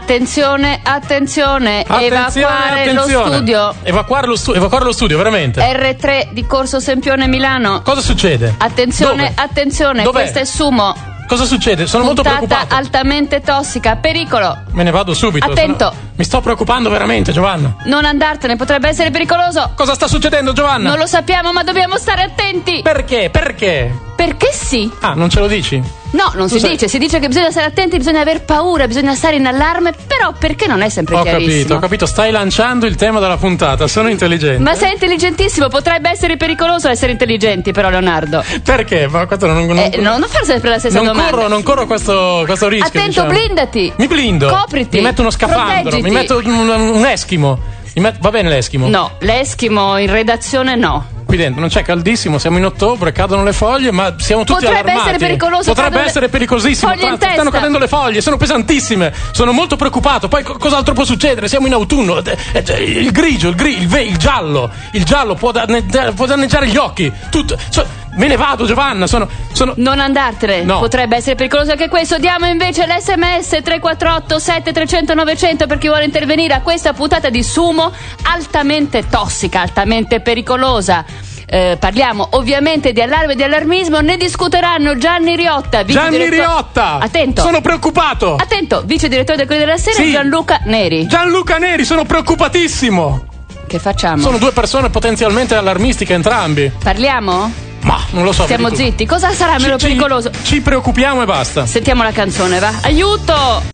Attenzione, evacuare lo studio. Evacuare lo studio, veramente. R3 di Corso Sempione Milano. Cosa succede? Attenzione, Dov'è? questo è Sumo. Cosa succede? Sono molto preoccupato. Altamente tossica, pericolo. Me ne vado subito. Attento. Mi sto preoccupando veramente, Giovanna. Non andartene, potrebbe essere pericoloso. Cosa sta succedendo, Giovanna? Non lo sappiamo, ma dobbiamo stare attenti. Perché? Perché sì. Ah, non ce lo dici? No, non si dice, si dice che bisogna stare attenti, bisogna aver paura, bisogna stare in allarme, però perché non è sempre chiarissimo. Ho capito, stai lanciando il tema della puntata, sono intelligente. Ma sei intelligentissimo, potrebbe essere pericoloso essere intelligenti però, Leonardo. Perché? Ma questo non fare sempre la stessa domanda. Non corro questo rischio. Attento, diciamo. Blindati. Mi blindo. Copriti. Mi metto uno scafandro, proteggiti. mi metto un eschimo. Va bene l'eschimo? No, l'eschimo in redazione no. Qui dentro non c'è caldissimo, siamo in ottobre, cadono le foglie, ma siamo tutti allarmati. Potrebbe essere pericoloso. Potrebbe essere pericolosissimo. Stanno cadendo le foglie, sono pesantissime. Sono molto preoccupato. Poi cos'altro può succedere? Siamo in autunno. Il grigio, il giallo. Il giallo può danneggiare gli occhi. Tutto. Me ne vado, Giovanna. Non andartene. No. Potrebbe essere pericoloso anche questo. Diamo invece l'SMS 348 7300 900 per chi vuole intervenire a questa puntata di Sumo altamente tossica, altamente pericolosa. Parliamo ovviamente di allarme e di allarmismo. Ne discuteranno Gianni Riotta. Riotta! Attento. Sono preoccupato. Attento, vice direttore del Corriere della Sera, sì. Gianluca Neri, sono preoccupatissimo. Che facciamo? Sono due persone potenzialmente allarmistiche entrambi. Parliamo? Ma non lo so. Stiamo zitti. Cosa sarà meno pericoloso? Ci preoccupiamo e basta. Sentiamo la canzone, va. Aiuto!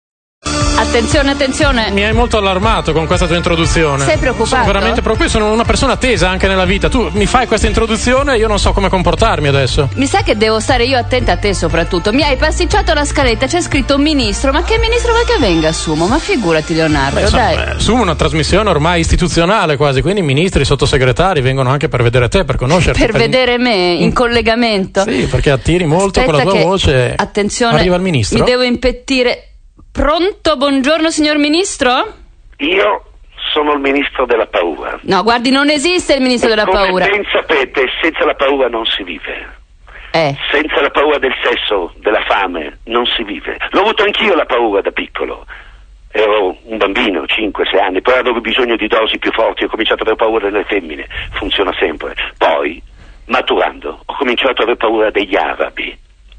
Attenzione. Mi hai molto allarmato con questa tua introduzione. Sei preoccupato? Sono veramente preoccupato. Sono una persona tesa anche nella vita. Tu mi fai questa introduzione e io non so come comportarmi adesso. Mi sa che devo stare io attenta a te soprattutto. Mi hai pasticciato la scaletta, c'è scritto ministro. Ma che ministro vuoi che venga a Sumo? Ma figurati, Leonardo, dai. Sumo è una trasmissione ormai istituzionale quasi, quindi i ministri, i sottosegretari vengono anche per vedere te, per conoscerti. Per vedere me in collegamento. Sì, perché attiri molto. Aspetta, con la tua voce. Attenzione, arriva il ministro. Mi devo impettire. Pronto, buongiorno signor Ministro? Io sono il ministro della paura. No, guardi, non esiste il ministro della paura. Come ben sapete, senza la paura non si vive. Senza la paura del sesso, della fame, non si vive. L'ho avuto anch'io la paura da piccolo. Ero un bambino, 5-6 anni, poi avevo bisogno di dosi più forti, ho cominciato ad avere paura delle femmine, funziona sempre. Poi, maturando, ho cominciato ad avere paura degli arabi.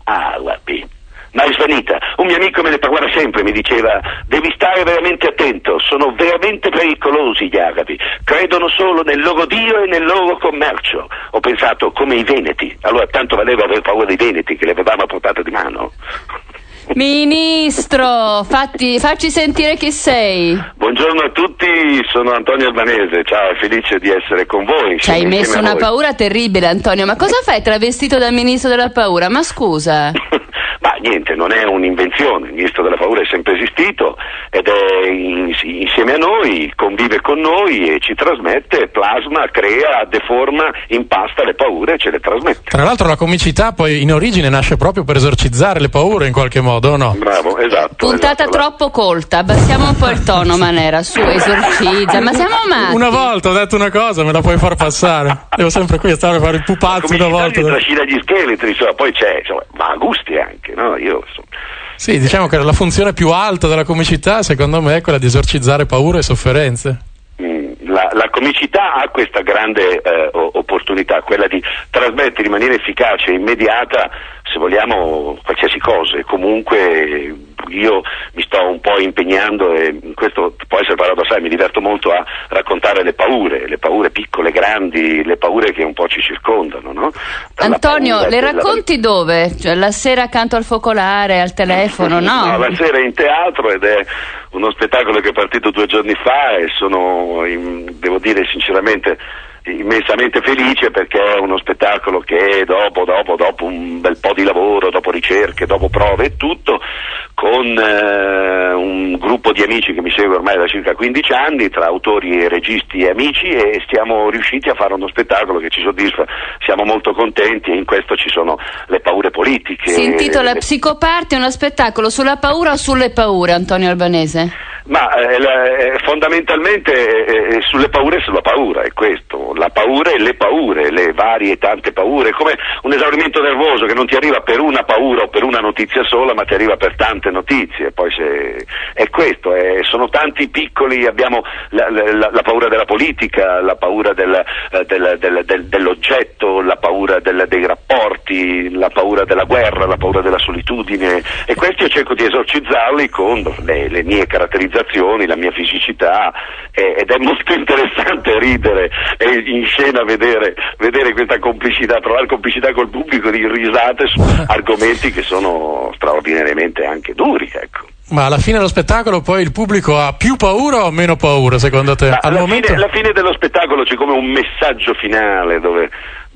Ma è svanita. Un mio amico me ne parlava sempre, mi diceva: devi stare veramente attento, sono veramente pericolosi gli arabi, credono solo nel loro Dio e nel loro commercio. Ho pensato, come i veneti, allora tanto valeva aver paura dei veneti che li avevamo a portata di mano. Ministro, facci sentire chi sei. Buongiorno a tutti, sono Antonio Albanese, ciao, felice di essere con voi. Ci hai messo una paura terribile, Antonio, ma cosa fai travestito da ministro della paura? Ma scusa. Ma niente, non è un'invenzione, il ministro della paura è sempre esistito ed è insieme a noi, convive con noi e ci trasmette, plasma, crea, deforma, impasta le paure e ce le trasmette. Tra l'altro la comicità poi in origine nasce proprio per esorcizzare le paure in qualche modo, o no? Bravo, esatto. Puntata troppo colta, abbassiamo un po' il tono, Manera, su, esorcizza, ma siamo matti. Una volta ho detto una cosa, me la puoi far passare. Devo sempre qui stare a fare il pupazzo una volta. Trascina gli scheletri, insomma, poi c'è, ma gusti anche. No, Sì, diciamo che la funzione più alta della comicità secondo me è quella di esorcizzare paure e sofferenze. La comicità ha questa grande opportunità, quella di trasmettere in maniera efficace e immediata, se vogliamo, qualsiasi cosa. E comunque io mi sto un po' impegnando, e questo può essere paradossale, mi diverto molto a raccontare le paure piccole, grandi, le paure che un po' ci circondano, no? Antonio, le racconti dove? Cioè, la sera accanto al focolare, al telefono, no? No, la sera in teatro, ed è uno spettacolo che è partito 2 giorni fa e sono, devo dire sinceramente, immensamente felice, perché è uno spettacolo che dopo un bel po' di lavoro, dopo ricerche, dopo prove e tutto, con un gruppo di amici che mi segue ormai da circa 15 anni, tra autori e registi e amici, e stiamo riusciti a fare uno spettacolo che ci soddisfa, siamo molto contenti, e in questo ci sono le paure politiche. Si intitola Psicoparty, uno spettacolo sulla paura o sulle paure, Antonio Albanese? Ma fondamentalmente sulle paure e sulla paura, è questo, la paura e le paure, le varie tante paure, come un esaurimento nervoso che non ti arriva per una paura o per una notizia sola, ma ti arriva per tante notizie. Poi è questo, sono tanti piccoli, abbiamo la paura della politica, la paura dell'oggetto, la paura dei rapporti, la paura della guerra, la paura della solitudine, e questi io cerco di esorcizzarli con le mie caratterizzazioni, la mia fisicità, ed è molto interessante ridere e in scena vedere questa complicità, trovare complicità col pubblico, di risate su argomenti che sono straordinariamente anche duri, ecco. Ma alla fine dello spettacolo poi il pubblico ha più paura o meno paura, secondo te? Alla fine dello spettacolo c'è come un messaggio finale dove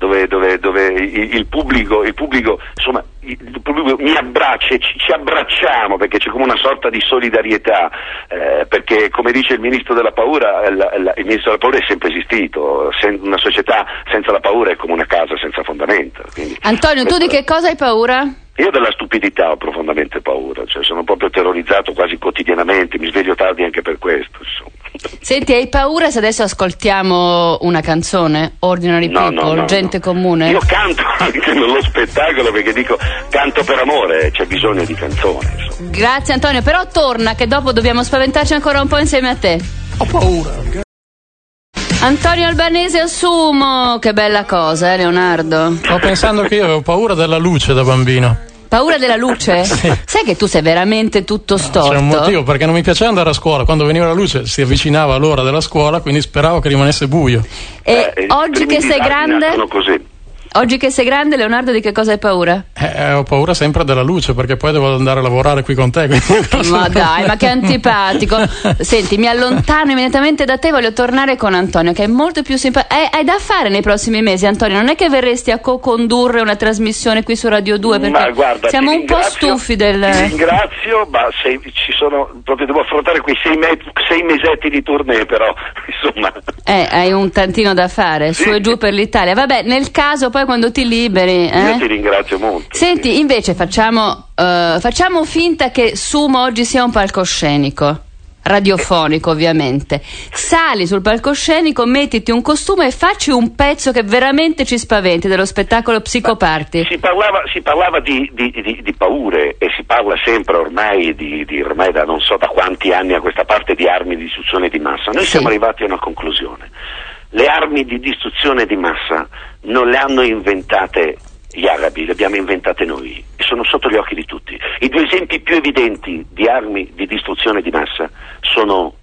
il pubblico insomma il pubblico mi abbraccia, ci abbracciamo, perché c'è come una sorta di solidarietà, perché come dice il ministro della paura, il ministro della paura è sempre esistito, una società senza la paura è come una casa senza fondamento. Quindi, Antonio, tu di che cosa hai paura? Io della stupidità ho profondamente paura, cioè sono proprio terrorizzato quasi quotidianamente, mi sveglio tardi anche per questo, insomma. Senti, hai paura se adesso ascoltiamo una canzone? Ordinary People, no, gente comune? Io canto anche nello spettacolo, perché dico canto per amore, c'è bisogno di canzone, insomma. Grazie Antonio, però torna che dopo dobbiamo spaventarci ancora un po' insieme a te. Ho paura. Antonio Albanese a Sumo, che bella cosa, Leonardo? Sto pensando che io avevo paura della luce da bambino. Paura della luce? Sì. Sai che tu sei veramente tutto storto? C'è un motivo, perché non mi piaceva andare a scuola. Quando veniva la luce si avvicinava l'ora della scuola, quindi speravo che rimanesse buio. E oggi che sei grande? Così. Oggi che sei grande, Leonardo, di che cosa hai paura? Ho paura sempre della luce, perché poi devo andare a lavorare qui con te. Ma dai, ma che antipatico. Senti, mi allontano immediatamente da te, voglio tornare con Antonio, che è molto più simpatico. Hai da fare nei prossimi mesi, Antonio, non è che verresti a co-condurre una trasmissione qui su Radio 2, perché ma guarda, siamo un po' stufi del... Ti ringrazio, ma ci sono, proprio devo affrontare quei 6 mesetti di tournée, però, insomma... hai un tantino da fare, sì, su e giù per l'Italia. Vabbè, nel caso poi quando ti liberi... Io ti ringrazio molto. Senti, invece facciamo finta che Sumo oggi sia un palcoscenico, radiofonico ovviamente. Sali sul palcoscenico, mettiti un costume e facci un pezzo che veramente ci spaventi, dello spettacolo Psicoparty. Si parlava di paure, e si parla sempre ormai ormai da non so da quanti anni a questa parte di armi di distruzione di massa. Noi siamo arrivati a una conclusione. Le armi di distruzione di massa non le hanno inventate gli arabi, le abbiamo inventate noi, e sono sotto gli occhi di tutti. I due esempi più evidenti di armi di distruzione di massa sono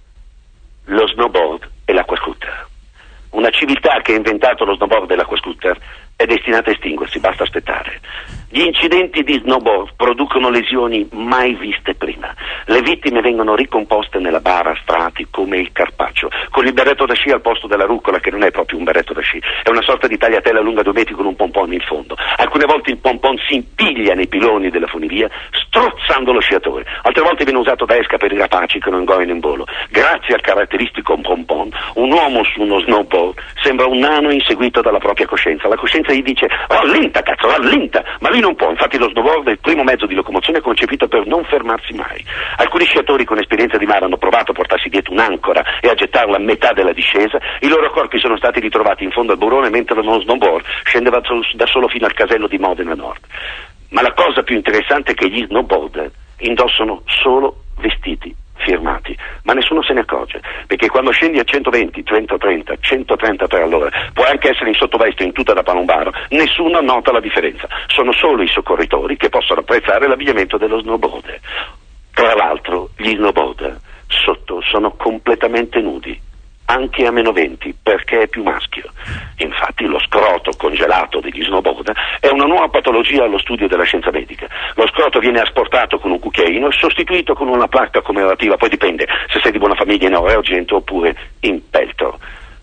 lo snowboard e l'acquascooter. Una civiltà che ha inventato lo snowboard e l'acquascooter è destinata a estinguersi, basta aspettare. Gli incidenti di snowboard producono lesioni mai viste prima. Le vittime vengono ricomposte nella bara a strati come il carpaccio, con il berretto da sci al posto della rucola, che non è proprio un berretto da sci, è una sorta di tagliatella lunga 2 metri con un pompon in fondo. Alcune volte il pompon si impiglia nei piloni della funivia, strozzando lo sciatore. Altre volte viene usato da esca per i rapaci che non ingoiano in volo. Grazie al caratteristico pompon, un uomo su uno snowboard sembra un nano inseguito dalla propria coscienza. La coscienza gli dice: rallenta, cazzo, rallenta! Ma lui non può, infatti lo snowboard è il primo mezzo di locomozione concepito per non fermarsi mai. Alcuni sciatori con esperienza di mare hanno provato a portarsi dietro un'ancora e a gettarla a metà della discesa. I loro corpi sono stati ritrovati in fondo al burrone mentre uno snowboard scendeva da solo fino al casello di Modena Nord. Ma la cosa più interessante è che gli snowboarder indossano solo vestiti firmati, ma nessuno se ne accorge, perché quando scendi a 120, 130, 133 all'ora, puoi anche essere in sottoveste in tuta da palombaro, nessuno nota la differenza. Sono solo i soccorritori che possono apprezzare l'abbigliamento dello snowboarder. Tra l'altro gli snowboarder sotto sono completamente nudi, anche a -20, perché è più maschio. Infatti lo scroto congelato degli snowboarder è una nuova patologia allo studio della scienza medica. Lo scroto viene asportato con un cucchiaino e sostituito con una placca commemorativa, poi dipende se sei di buona famiglia in oro e argento oppure in pelto.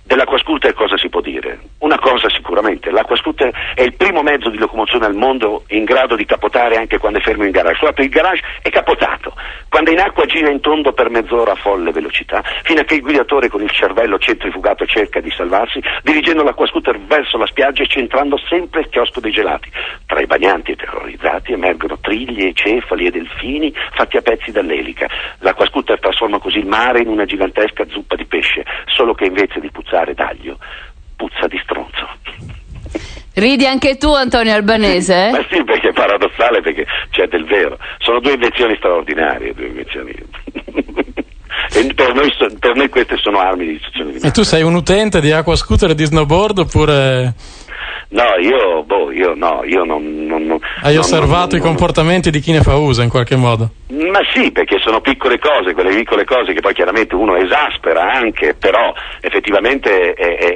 Dell'acqua scooter cosa si può dire? Una cosa sicuramente, l'acqua scooter è il primo mezzo di locomozione al mondo in grado di capotare anche quando è fermo in garage. Tu apri il garage è capotato, quando è in acqua gira in tondo per mezz'ora a folle velocità, fino a che il guidatore con il cervello centrifugato cerca di salvarsi, dirigendo l'acqua scooter verso la spiaggia e centrando sempre il chiosco dei gelati. Tra i bagnanti e terrorizzati emergono trigli, cefali e delfini fatti a pezzi dall'elica. L'acqua scooter trasforma così il mare in una gigantesca zuppa di pesce, solo che invece di puzzare d'aglio, puzza di stronzo. Ridi anche tu, Antonio Albanese? Ma sì, perché è paradossale, perché c'è del vero. Sono due invenzioni straordinarie, e per noi queste sono armi di distruzione di massa. E tu sei un utente di acqua scooter e di snowboard oppure... No, io non. Hai osservato i comportamenti di chi ne fa uso in qualche modo? Ma sì, perché sono piccole cose, quelle piccole cose che poi chiaramente uno esaspera anche, però effettivamente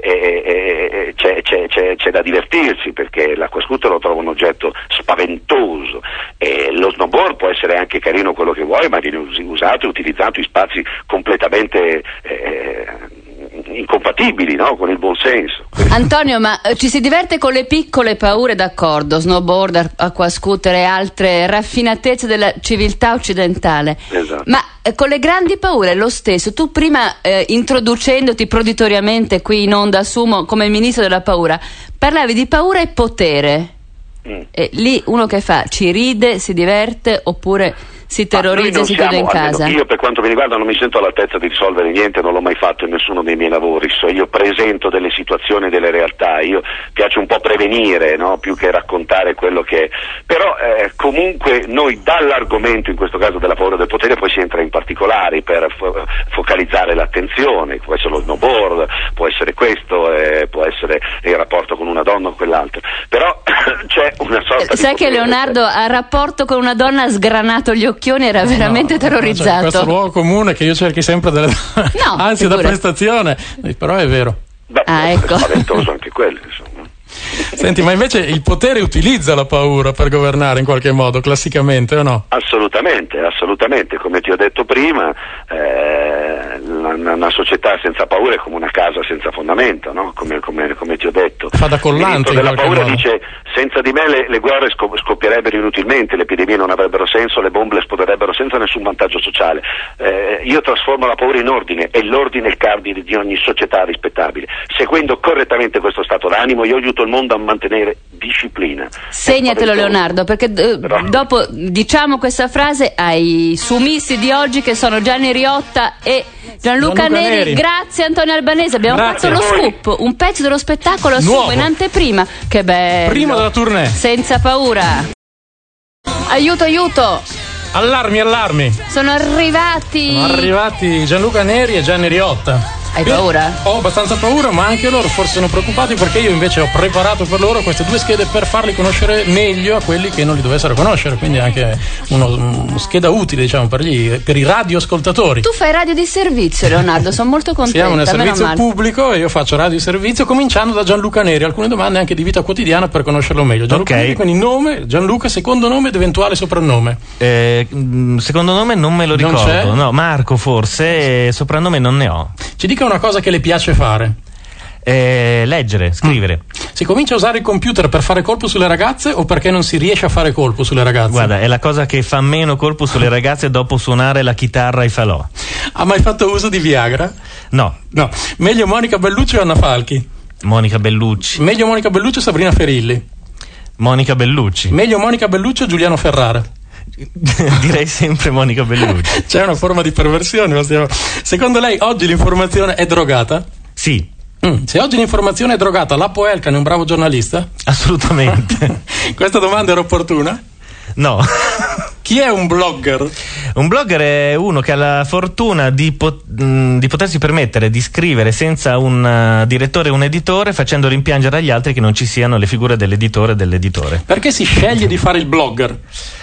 c'è da divertirsi, perché l'acqua scooter lo trovo un oggetto spaventoso, e lo snowboard può essere anche carino quello che vuoi, ma viene usato e utilizzato in spazi completamente incompatibili, no? Con il buon senso. Antonio, ma ci si diverte con le piccole paure, d'accordo, snowboard, acqua scooter e altre raffinatezze della civiltà occidentale. Esatto. Ma con le grandi paure lo stesso. Tu prima, introducendoti proditoriamente qui in onda a Sumo come ministro della paura, parlavi di paura e potere. E lì uno che fa? Ci ride, si diverte, oppure si terrorizza e si chiude in casa? Io, per quanto mi riguarda, non mi sento all'altezza di risolvere niente, non l'ho mai fatto in nessuno dei miei lavori. Io presento delle situazioni, delle realtà, io piace un po' prevenire, no? Più che raccontare quello che è. Però comunque noi dall'argomento, in questo caso della paura del potere, poi si entra in particolari per focalizzare l'attenzione. Può essere lo snowboard, può essere questo, può essere il rapporto con una donna o quell'altro. Però c'è una sorta Sai che Leonardo a rapporto con una donna ha sgranato gli occhioni, era veramente terrorizzato. Cioè, questo luogo comune che io cerchi sempre delle anzi da prestazione, però è vero. Beh, ecco. È spaventoso anche quello, insomma. Senti, ma invece il potere utilizza la paura per governare in qualche modo, classicamente, o no? Assolutamente, come ti ho detto prima, una società senza paura è come una casa senza fondamento, no? Come ti ho detto. Fa da collante. Della paura modo. Dice: senza di me le guerre scoppierebbero inutilmente, le epidemie non avrebbero senso, le bombe esploderebbero senza nessun vantaggio sociale. Io trasformo la paura in ordine, e l'ordine è il cardine di ogni società rispettabile. Seguendo correttamente questo stato d'animo, io aiuto il mondo a mantenere disciplina. Segnatelo, Leonardo, perché dopo diciamo questa frase ai sumisti di oggi, che sono Gianni Riotta e Gianluca Neri. Grazie Antonio Albanese, abbiamo fatto lo scoop, un pezzo dello spettacolo a Sumo in anteprima. Che bello, prima della tournée, senza paura. Aiuto, allarmi, sono arrivati Gianluca Neri e Gianni Riotta. Hai paura? Ho abbastanza paura, ma anche loro forse sono preoccupati, perché io invece ho preparato per loro queste due schede per farli conoscere meglio a quelli che non li dovessero conoscere, quindi anche uno scheda utile, diciamo, per i radioascoltatori. Tu fai radio di servizio, Leonardo, sono molto contenta. Siamo nel servizio pubblico e io faccio radio di servizio, cominciando da Gianluca Neri, alcune domande anche di vita quotidiana per conoscerlo meglio. Gianluca Neri, quindi nome, Gianluca, secondo nome ed eventuale soprannome. Secondo nome non me lo ricordo, no, Marco forse, soprannome non ne ho. Ci dica una cosa che le piace fare. Leggere, scrivere. Si comincia a usare il computer per fare colpo sulle ragazze o perché non si riesce a fare colpo sulle ragazze? Guarda, è la cosa che fa meno colpo sulle ragazze dopo suonare la chitarra ai falò. Ha mai fatto uso di Viagra? No. Meglio Monica Bellucci o Anna Falchi? Monica Bellucci. Meglio Monica Bellucci o Sabrina Ferilli? Monica Bellucci. Meglio Monica Bellucci o Giuliano Ferrara? Direi sempre Monica Bellucci. C'è una forma di perversione. Secondo lei oggi l'informazione è drogata? Sì. Se oggi l'informazione è drogata, Lapo Elkan è un bravo giornalista? Assolutamente. Questa domanda era opportuna? No. Chi è un blogger? Un blogger è uno che ha la fortuna di potersi permettere di scrivere senza un direttore e un editore, facendo rimpiangere agli altri che non ci siano le figure dell'editore e dell'editore. Perché si sceglie di fare il blogger?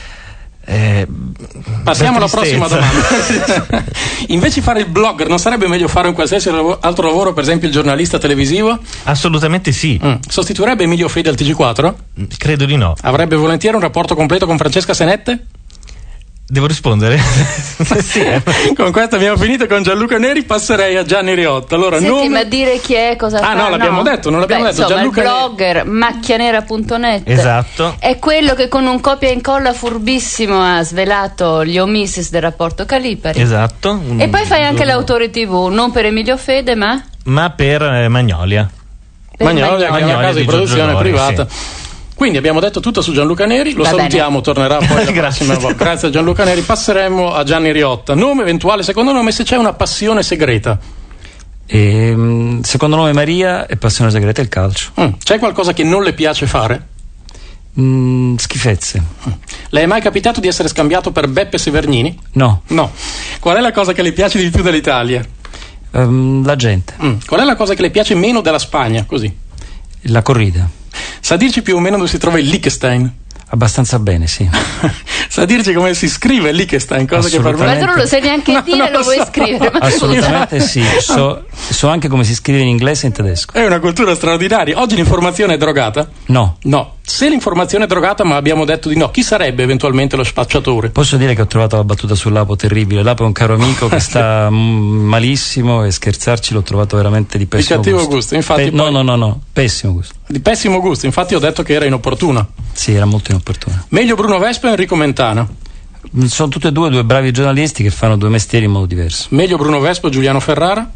Passiamo alla prossima domanda. Invece di fare il blogger, non sarebbe meglio fare un qualsiasi altro lavoro, per esempio il giornalista televisivo? Assolutamente sì. Sostituirebbe Emilio Fede al TG4? Credo di no. Avrebbe volentieri un rapporto completo con Francesca Senette? Devo rispondere? Sì. Con questo abbiamo finito con Gianluca Neri, passerei a Gianni Riotta. Allora, senti, ma dire chi è, cosa fa? No, l'abbiamo detto, non l'abbiamo detto. Insomma, Gianluca il blogger macchianera.net. Esatto. È quello che con un copia e incolla furbissimo ha svelato gli omissis del rapporto Calipari. Esatto. E poi fai anche l'autore TV, non per Emilio Fede, ma per Magnolia. Magnolia, che è una casa di produzione privata. Sì. Quindi abbiamo detto tutto su Gianluca Neri, lo salutiamo, tornerà poi la prossima volta. Grazie a Gianluca Neri. Passeremo a Gianni Riotta. Nome eventuale, secondo nome, se c'è una passione segreta. Secondo nome Maria e passione segreta il calcio. C'è qualcosa che non le piace fare? Schifezze. Le è mai capitato di essere scambiato per Beppe Severnini? No. Qual è la cosa che le piace di più dell'Italia? La gente. Qual è la cosa che le piace meno della Spagna? Così. La corrida. Sa dirci più o meno dove si trova il Liechtenstein? Abbastanza bene, sì. Sa dirci come si scrive Liechtenstein? Cosa che per me... Ma tu non lo sai neanche dire, lo vuoi scrivere? Ma assolutamente sì. So anche come si scrive in inglese e in tedesco. È una cultura straordinaria. Oggi l'informazione è drogata? No. Se l'informazione è drogata, ma abbiamo detto di no, chi sarebbe eventualmente lo spacciatore? Posso dire che ho trovato la battuta sull'Apo terribile. L'Apo è un caro amico che sta malissimo e scherzarci l'ho trovato veramente di pessimo gusto. Di cattivo gusto, infatti. No, pessimo gusto. Di pessimo gusto, infatti ho detto che era inopportuna. Sì, era molto inopportuna. Meglio Bruno Vespa o Enrico Mentana? Sono tutti e due bravi giornalisti che fanno due mestieri in modo diverso. Meglio Bruno Vespa o Giuliano Ferrara?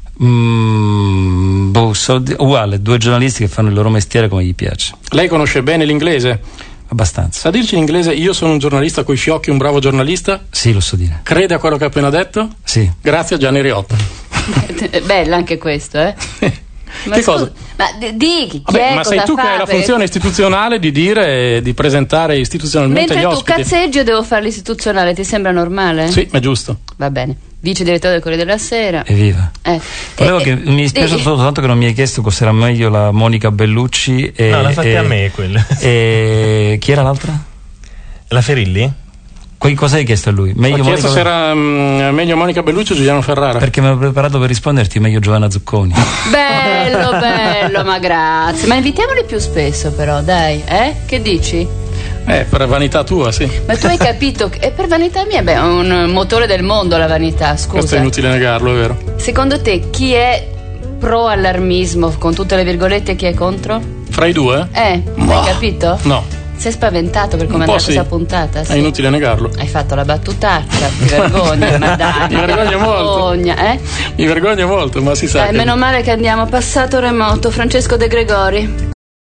Uguale, due giornalisti che fanno il loro mestiere come gli piace. Lei conosce bene l'inglese? Abbastanza. Sa dirci in inglese io sono un giornalista coi fiocchi, un bravo giornalista? Sì, lo so dire. Crede a quello che ha appena detto? Sì. Grazie a Gianni Riotta. Bello anche questo, Ma che cosa? Ma di chi Vabbè, è, ma sei tu che hai la funzione istituzionale di dire, di presentare istituzionalmente mentre gli ospiti. Mentre tu cazzeggi, io devo fare l'istituzionale, ti sembra normale? Sì, ma è giusto. Va bene. Vice direttore del Corriere della Sera. Evviva. Mi dispiace soltanto che non mi hai chiesto cos'era meglio la Monica Bellucci e... No, l'ha fatta a me quella. E chi era l'altra? La Ferilli? Cosa hai chiesto a lui? Ho chiesto se era meglio Monica Bellucci o Giuliano Ferrara. Perché mi ero preparato per risponderti meglio Giovanna Zucconi. Bello, ma grazie. Ma invitiamoli più spesso però, dai, Che dici? Per vanità tua, sì. Ma tu hai capito che è per vanità mia? È un motore del mondo la vanità, scusa. Questo è inutile negarlo, è vero. Secondo te chi è pro allarmismo con tutte le virgolette, chi è contro? Fra i due? Hai capito? No. Sei spaventato per come è andata questa puntata? Sì. È inutile negarlo. Hai fatto la battutaccia, ti vergogni, ma dai. Mi vergogno molto. Mi vergogno molto, ma si sa. Meno male che andiamo passato remoto. Francesco De Gregori.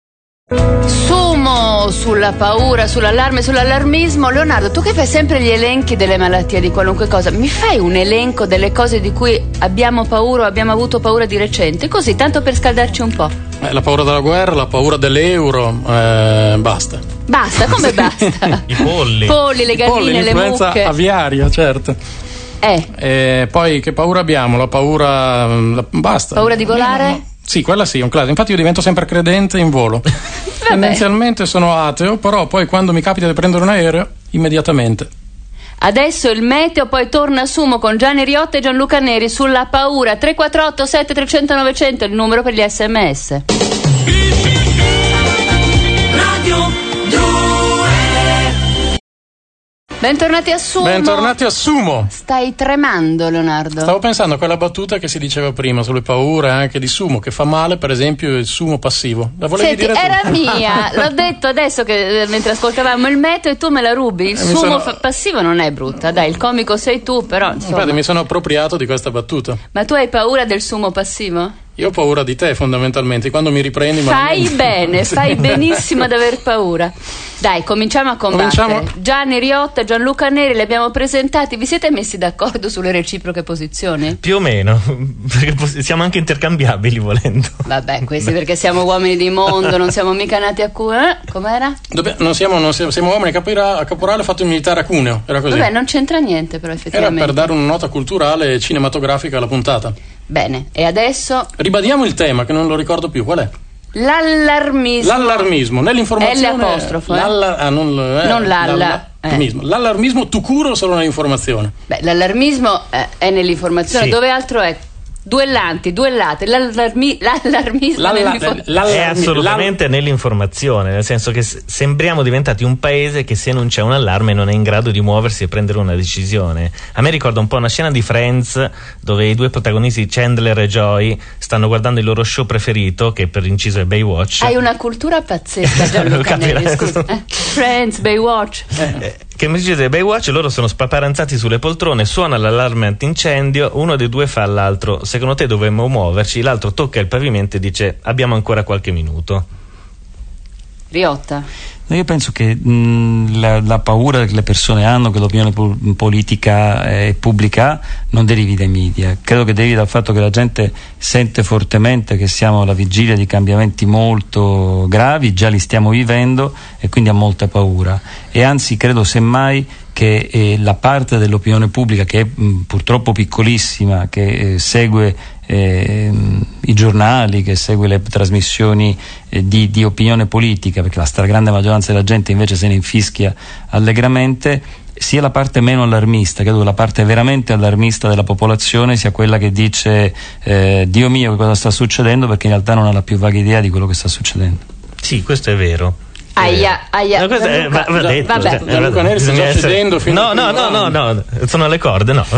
Sumo sulla paura, sull'allarme, sull'allarmismo. Leonardo, tu che fai sempre gli elenchi delle malattie, di qualunque cosa, mi fai un elenco delle cose di cui abbiamo paura o abbiamo avuto paura di recente? Così, tanto per scaldarci un po'. La paura della guerra, la paura dell'euro, basta. Basta? Come basta? I polli. Le galline, le mucche. L'influenza aviaria, certo. Poi che paura abbiamo? La paura... basta. Paura di volare? No. Sì, quella sì, è un classico. Infatti io divento sempre credente in volo. Tendenzialmente sono ateo, però poi quando mi capita di prendere un aereo, immediatamente. Adesso il meteo, poi torna a Sumo con Gianni Riotta e Gianluca Neri sulla paura. 348 7300 900 il numero per gli SMS. Radio 2. Bentornati a Sumo. Bentornati a Sumo. Stai tremando, Leonardo. Stavo pensando a quella battuta che si diceva prima sulle paure anche di Sumo, che fa male, per esempio, il sumo passivo. La volevi dire tu? Era mia, l'ho detto adesso che mentre ascoltavamo il meteo e tu me la rubi. Il sumo passivo non è brutta, dai, il comico sei tu, però insomma. Infatti mi sono appropriato di questa battuta. Ma tu hai paura del sumo passivo? Io ho paura di te, fondamentalmente, quando mi riprendi. Fai bene, fai benissimo ad aver paura. Dai, cominciamo a combattere. Gianni Riotta, Gianluca Neri, li abbiamo presentati. Vi siete messi d'accordo sulle reciproche posizioni? Più o meno, perché siamo anche intercambiabili volendo. Vabbè, questi perché siamo uomini di mondo, non siamo mica nati a Cuneo. Com'era? Siamo uomini a caporale fatto il militare a Cuneo, era così. Vabbè, non c'entra niente però effettivamente. Era per dare una nota culturale e cinematografica alla puntata. Bene, e adesso? Ribadiamo il tema, che non lo ricordo più, qual è? L'allarmismo nell'informazione. L'apostrofo, non l'allarmismo. L'allarmismo tu curo solo nell'informazione? Beh, l'allarmismo è nell'informazione, sì. Dove altro è? duellate, l'allarmismo è assolutamente nell'informazione, nel senso che sembriamo diventati un paese che se non c'è un allarme non è in grado di muoversi e prendere una decisione. A me ricorda un po' una scena di Friends dove i due protagonisti, Chandler e Joey, stanno guardando il loro show preferito, che per inciso è Baywatch. Hai una cultura pazzesca, Gianluca Neri, scusa. Friends, Baywatch. Che mi dice Baywatch, loro sono spaparanzati sulle poltrone, suona l'allarme antincendio, uno dei due fa all'altro: secondo te dovremmo muoverci? L'altro tocca il pavimento e dice: abbiamo ancora qualche minuto. Riotta. Io penso che la paura che le persone hanno, che l'opinione politica e pubblica non derivi dai media. Credo che derivi dal fatto che la gente sente fortemente che siamo alla vigilia di cambiamenti molto gravi, già li stiamo vivendo, e quindi ha molta paura. E anzi credo semmai che la parte dell'opinione pubblica, che è purtroppo piccolissima, che segue i giornali, che segue le trasmissioni di opinione politica, perché la stragrande maggioranza della gente invece se ne infischia allegramente, sia la parte meno allarmista. Credo che la parte veramente allarmista della popolazione sia quella che dice Dio mio, che cosa sta succedendo, perché in realtà non ha la più vaga idea di quello che sta succedendo. Sì, questo è vero. Aia. No, va detto. Gianluca Neri sta già cedendo fino No, sono alle corde, no.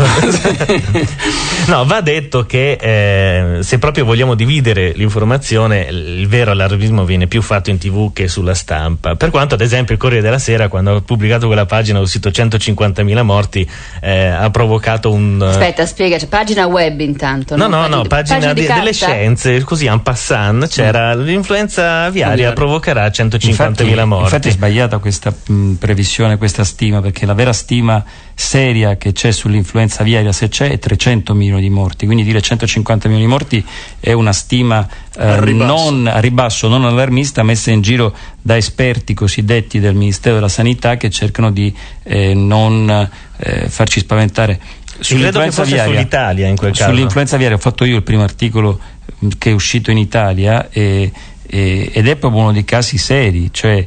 No, va detto che se proprio vogliamo dividere l'informazione, il vero allarmismo viene più fatto in TV che sulla stampa. Per quanto, ad esempio, il Corriere della Sera, quando ha pubblicato quella pagina, ho scritto 150.000 morti, ha provocato un... Aspetta, spiegaci, pagina web intanto. No, pagina delle scienze, così en passant, c'era l'influenza aviaria provocherà 150.000 morti. Infatti è sbagliata questa previsione, questa stima, perché la vera stima seria che c'è sull'influenza aviaria, se c'è, è 300 milioni di morti. Quindi dire 150 milioni di morti è una stima non a ribasso, non allarmista, messa in giro da esperti cosiddetti del Ministero della Sanità, che cercano di non farci spaventare. Credo che fosse sull'Italia in quel caso. Sull'influenza aviaria ho fatto io il primo articolo che è uscito in Italia, ed è proprio uno dei casi seri, cioè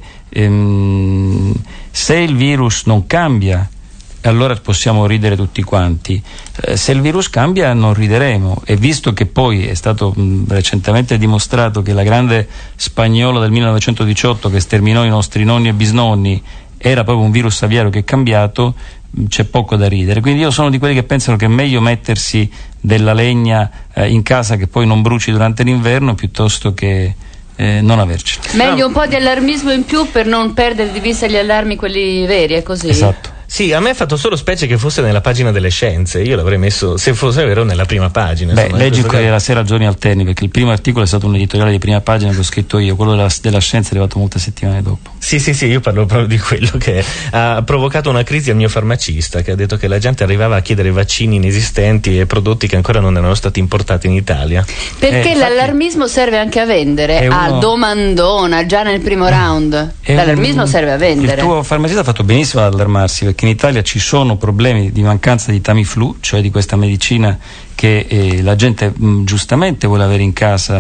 se il virus non cambia, allora possiamo ridere tutti quanti, se il virus cambia non rideremo. E visto che poi è stato recentemente dimostrato che la grande spagnola del 1918 che sterminò i nostri nonni e bisnonni era proprio un virus aviario che è cambiato, c'è poco da ridere. Quindi io sono di quelli che pensano che è meglio mettersi della legna in casa che poi non bruci durante l'inverno, piuttosto che non averci. Meglio un po' di allarmismo in più per non perdere di vista gli allarmi, quelli veri, è così? Esatto. Sì, a me è fatto solo specie che fosse nella pagina delle scienze. Io l'avrei messo, se fosse vero, nella prima pagina. Leggi il Corriere della Sera a giorni alterni, perché il primo articolo è stato un editoriale di prima pagina che ho scritto io, quello della scienza è arrivato molte settimane dopo. Sì, io parlo proprio di quello che ha provocato una crisi al mio farmacista, che ha detto che la gente arrivava a chiedere vaccini inesistenti e prodotti che ancora non erano stati importati in Italia. Perché l'allarmismo serve anche a vendere, a domandona, già nel primo round. L'allarmismo serve a vendere. Il tuo farmacista ha fatto benissimo ad allarmarsi, perché in Italia ci sono problemi di mancanza di Tamiflu, cioè di questa medicina che la gente giustamente vuole avere in casa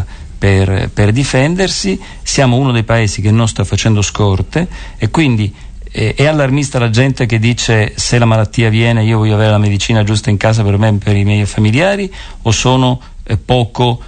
per difendersi. Siamo uno dei paesi che non sta facendo scorte, e quindi è allarmista la gente che dice: se la malattia viene io voglio avere la medicina giusta in casa per me e per i miei familiari, o sono poco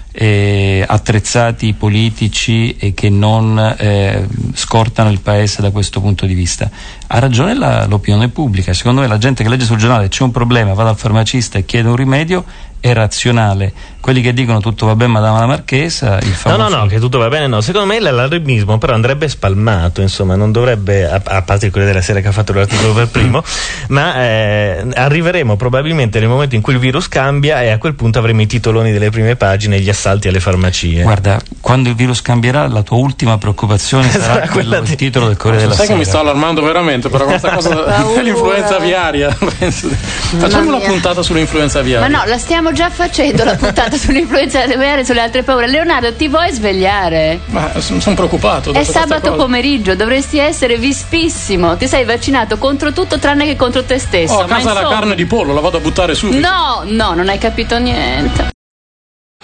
attrezzati i politici e che non scortano il paese da questo punto di vista? Ha ragione l'opinione pubblica. Secondo me la gente che legge sul giornale c'è un problema, va dal farmacista e chiede un rimedio, è razionale. Quelli che dicono tutto va bene Madama la Marchesa, il famoso... No, che tutto va bene, no. Secondo me l'allarmismo però andrebbe spalmato, insomma, non dovrebbe, a parte il Corriere della Sera che ha fatto l'articolo per primo, ma arriveremo probabilmente nel momento in cui il virus cambia, e a quel punto avremo i titoloni delle prime pagine e gli assalti alle farmacie. Guarda, quando il virus cambierà, la tua ultima preoccupazione sarà il titolo del Corriere della Sera. Sai che mi sto allarmando veramente, però questa cosa dell'influenza aviaria. Facciamo una puntata sull'influenza aviaria. Ma no, la stiamo già facendo la puntata sull'influenza aviaria e sulle altre paure. Leonardo, ti vuoi svegliare? Ma sono preoccupato. È sabato pomeriggio, dovresti essere vispissimo. Ti sei vaccinato contro tutto tranne che contro te stesso. A casa la carne di pollo, la vado a buttare subito. No, non hai capito niente.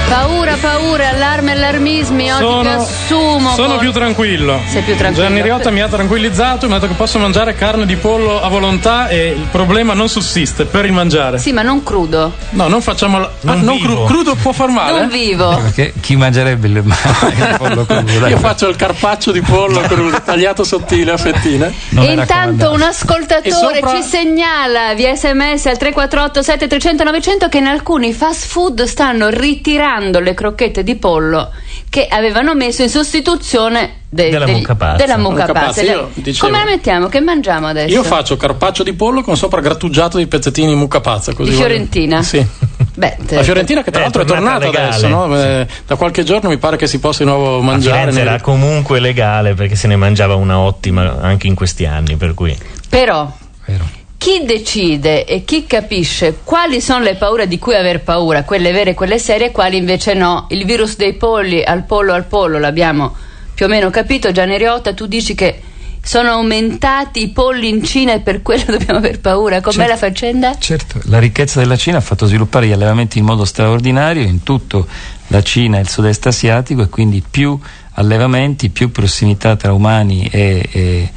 Paura, allarme, allarmismi, oggi che assumo. Sono più tranquillo. Sei più tranquillo. Gianni Riotta mi ha tranquillizzato, mi ha detto che posso mangiare carne di pollo a volontà e il problema non sussiste per il mangiare. Sì, ma non crudo. No, non facciamo crudo può far male. Non vivo. Perché chi mangerebbe il pollo crudo? Io faccio il carpaccio di pollo crudo, tagliato sottile a fettine. E intanto un ascoltatore ci segnala via SMS al 348 7300 900 che in alcuni fast food stanno ritirando le crocchette di pollo che avevano messo in sostituzione della mucca pazza. Come la mettiamo? Che mangiamo adesso? Io faccio carpaccio di pollo con sopra grattugiato di pezzettini di mucca pazza. Così di Fiorentina? Sì. La Fiorentina che tra l'altro è tornata adesso, no? Da qualche giorno mi pare che si possa di nuovo mangiare. Era comunque legale perché se ne mangiava una ottima anche in questi anni, per cui. Però chi decide e chi capisce quali sono le paure di cui aver paura, quelle vere e quelle serie, quali invece no? Il virus dei polli al pollo l'abbiamo più o meno capito. Gianni Riotta, tu dici che sono aumentati i polli in Cina e per quello dobbiamo aver paura. Com'è la faccenda? Certo, la ricchezza della Cina ha fatto sviluppare gli allevamenti in modo straordinario in tutto la Cina e il sud-est asiatico, e quindi più allevamenti, più prossimità tra umani e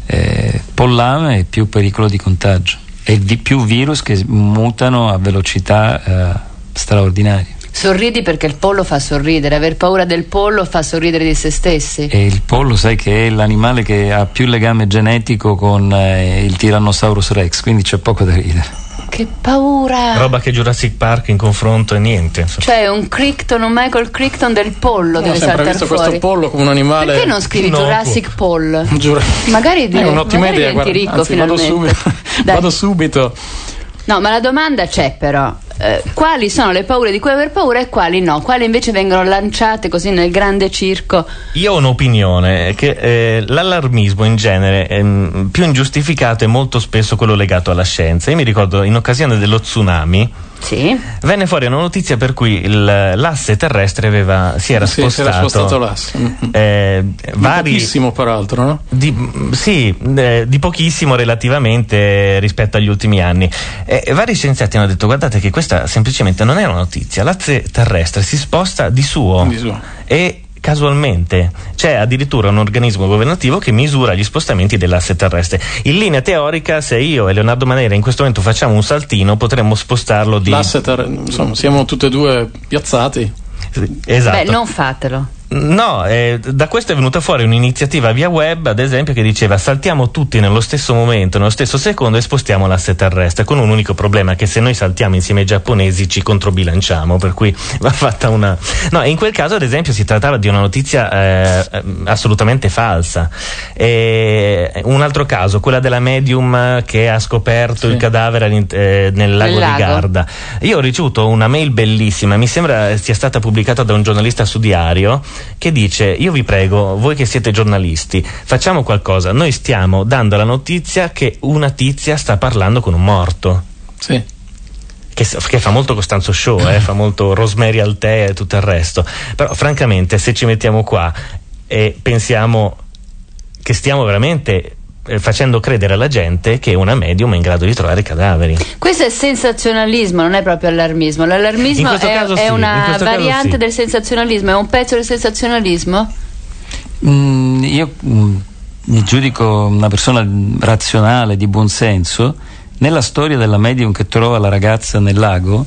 pollame e più pericolo di contagio e di più virus che mutano a velocità straordinarie. Sorridi perché il pollo fa sorridere, aver paura del pollo fa sorridere di se stessi. E il pollo, sai che è l'animale che ha più legame genetico con il Tyrannosaurus Rex, quindi c'è poco da ridere. Che paura! Roba che Jurassic Park in confronto è niente. Cioè un Michael Crichton del pollo deve saltare visto fuori. Questo pollo come un animale. Perché non scrivi Jurassic Paul? Magari è un'ottima idea, diventi ricco, anzi, finalmente. Vado subito. No, ma la domanda c'è però. Quali sono le paure di cui aver paura e quali no? Quali invece vengono lanciate così nel grande circo? Io ho un'opinione che l'allarmismo in genere è più ingiustificato e molto spesso quello legato alla scienza. Io mi ricordo in occasione dello tsunami venne fuori una notizia per cui l'asse terrestre si era spostato l'asse. Pochissimo peraltro, no? Di pochissimo relativamente rispetto agli ultimi anni. Vari scienziati hanno detto: guardate che questa semplicemente non è una notizia, l'asse terrestre si sposta di suo. E casualmente c'è addirittura un organismo governativo che misura gli spostamenti dell'asse terrestre. In linea teorica, se io e Leonardo Manera in questo momento facciamo un saltino, potremmo spostarlo di insomma, siamo tutti e due piazzati. Esatto. Beh, non fatelo. No, da questo è venuta fuori un'iniziativa via web, ad esempio, che diceva: saltiamo tutti nello stesso momento, nello stesso secondo, e spostiamo l'asse terrestre, con un unico problema, che se noi saltiamo insieme ai giapponesi ci controbilanciamo, per cui va fatta una... No, in quel caso ad esempio si trattava di una notizia assolutamente falsa. Un altro caso, quella della medium che ha scoperto il cadavere nel lago di Garda. Io ho ricevuto una mail bellissima, mi sembra sia stata pubblicata da un giornalista su Diario, che dice: io vi prego, voi che siete giornalisti, facciamo qualcosa, noi stiamo dando la notizia che una tizia sta parlando con un morto. Sì. Che fa molto Costanzo Show, fa molto Rosemary al tè e tutto il resto, però francamente se ci mettiamo qua e pensiamo che stiamo veramente facendo credere alla gente che una medium è in grado di trovare cadaveri. Questo è sensazionalismo, non è proprio allarmismo. L'allarmismo è una variante del sensazionalismo, è un pezzo del sensazionalismo? Io mi giudico una persona razionale, di buon senso. Nella storia della medium che trova la ragazza nel lago,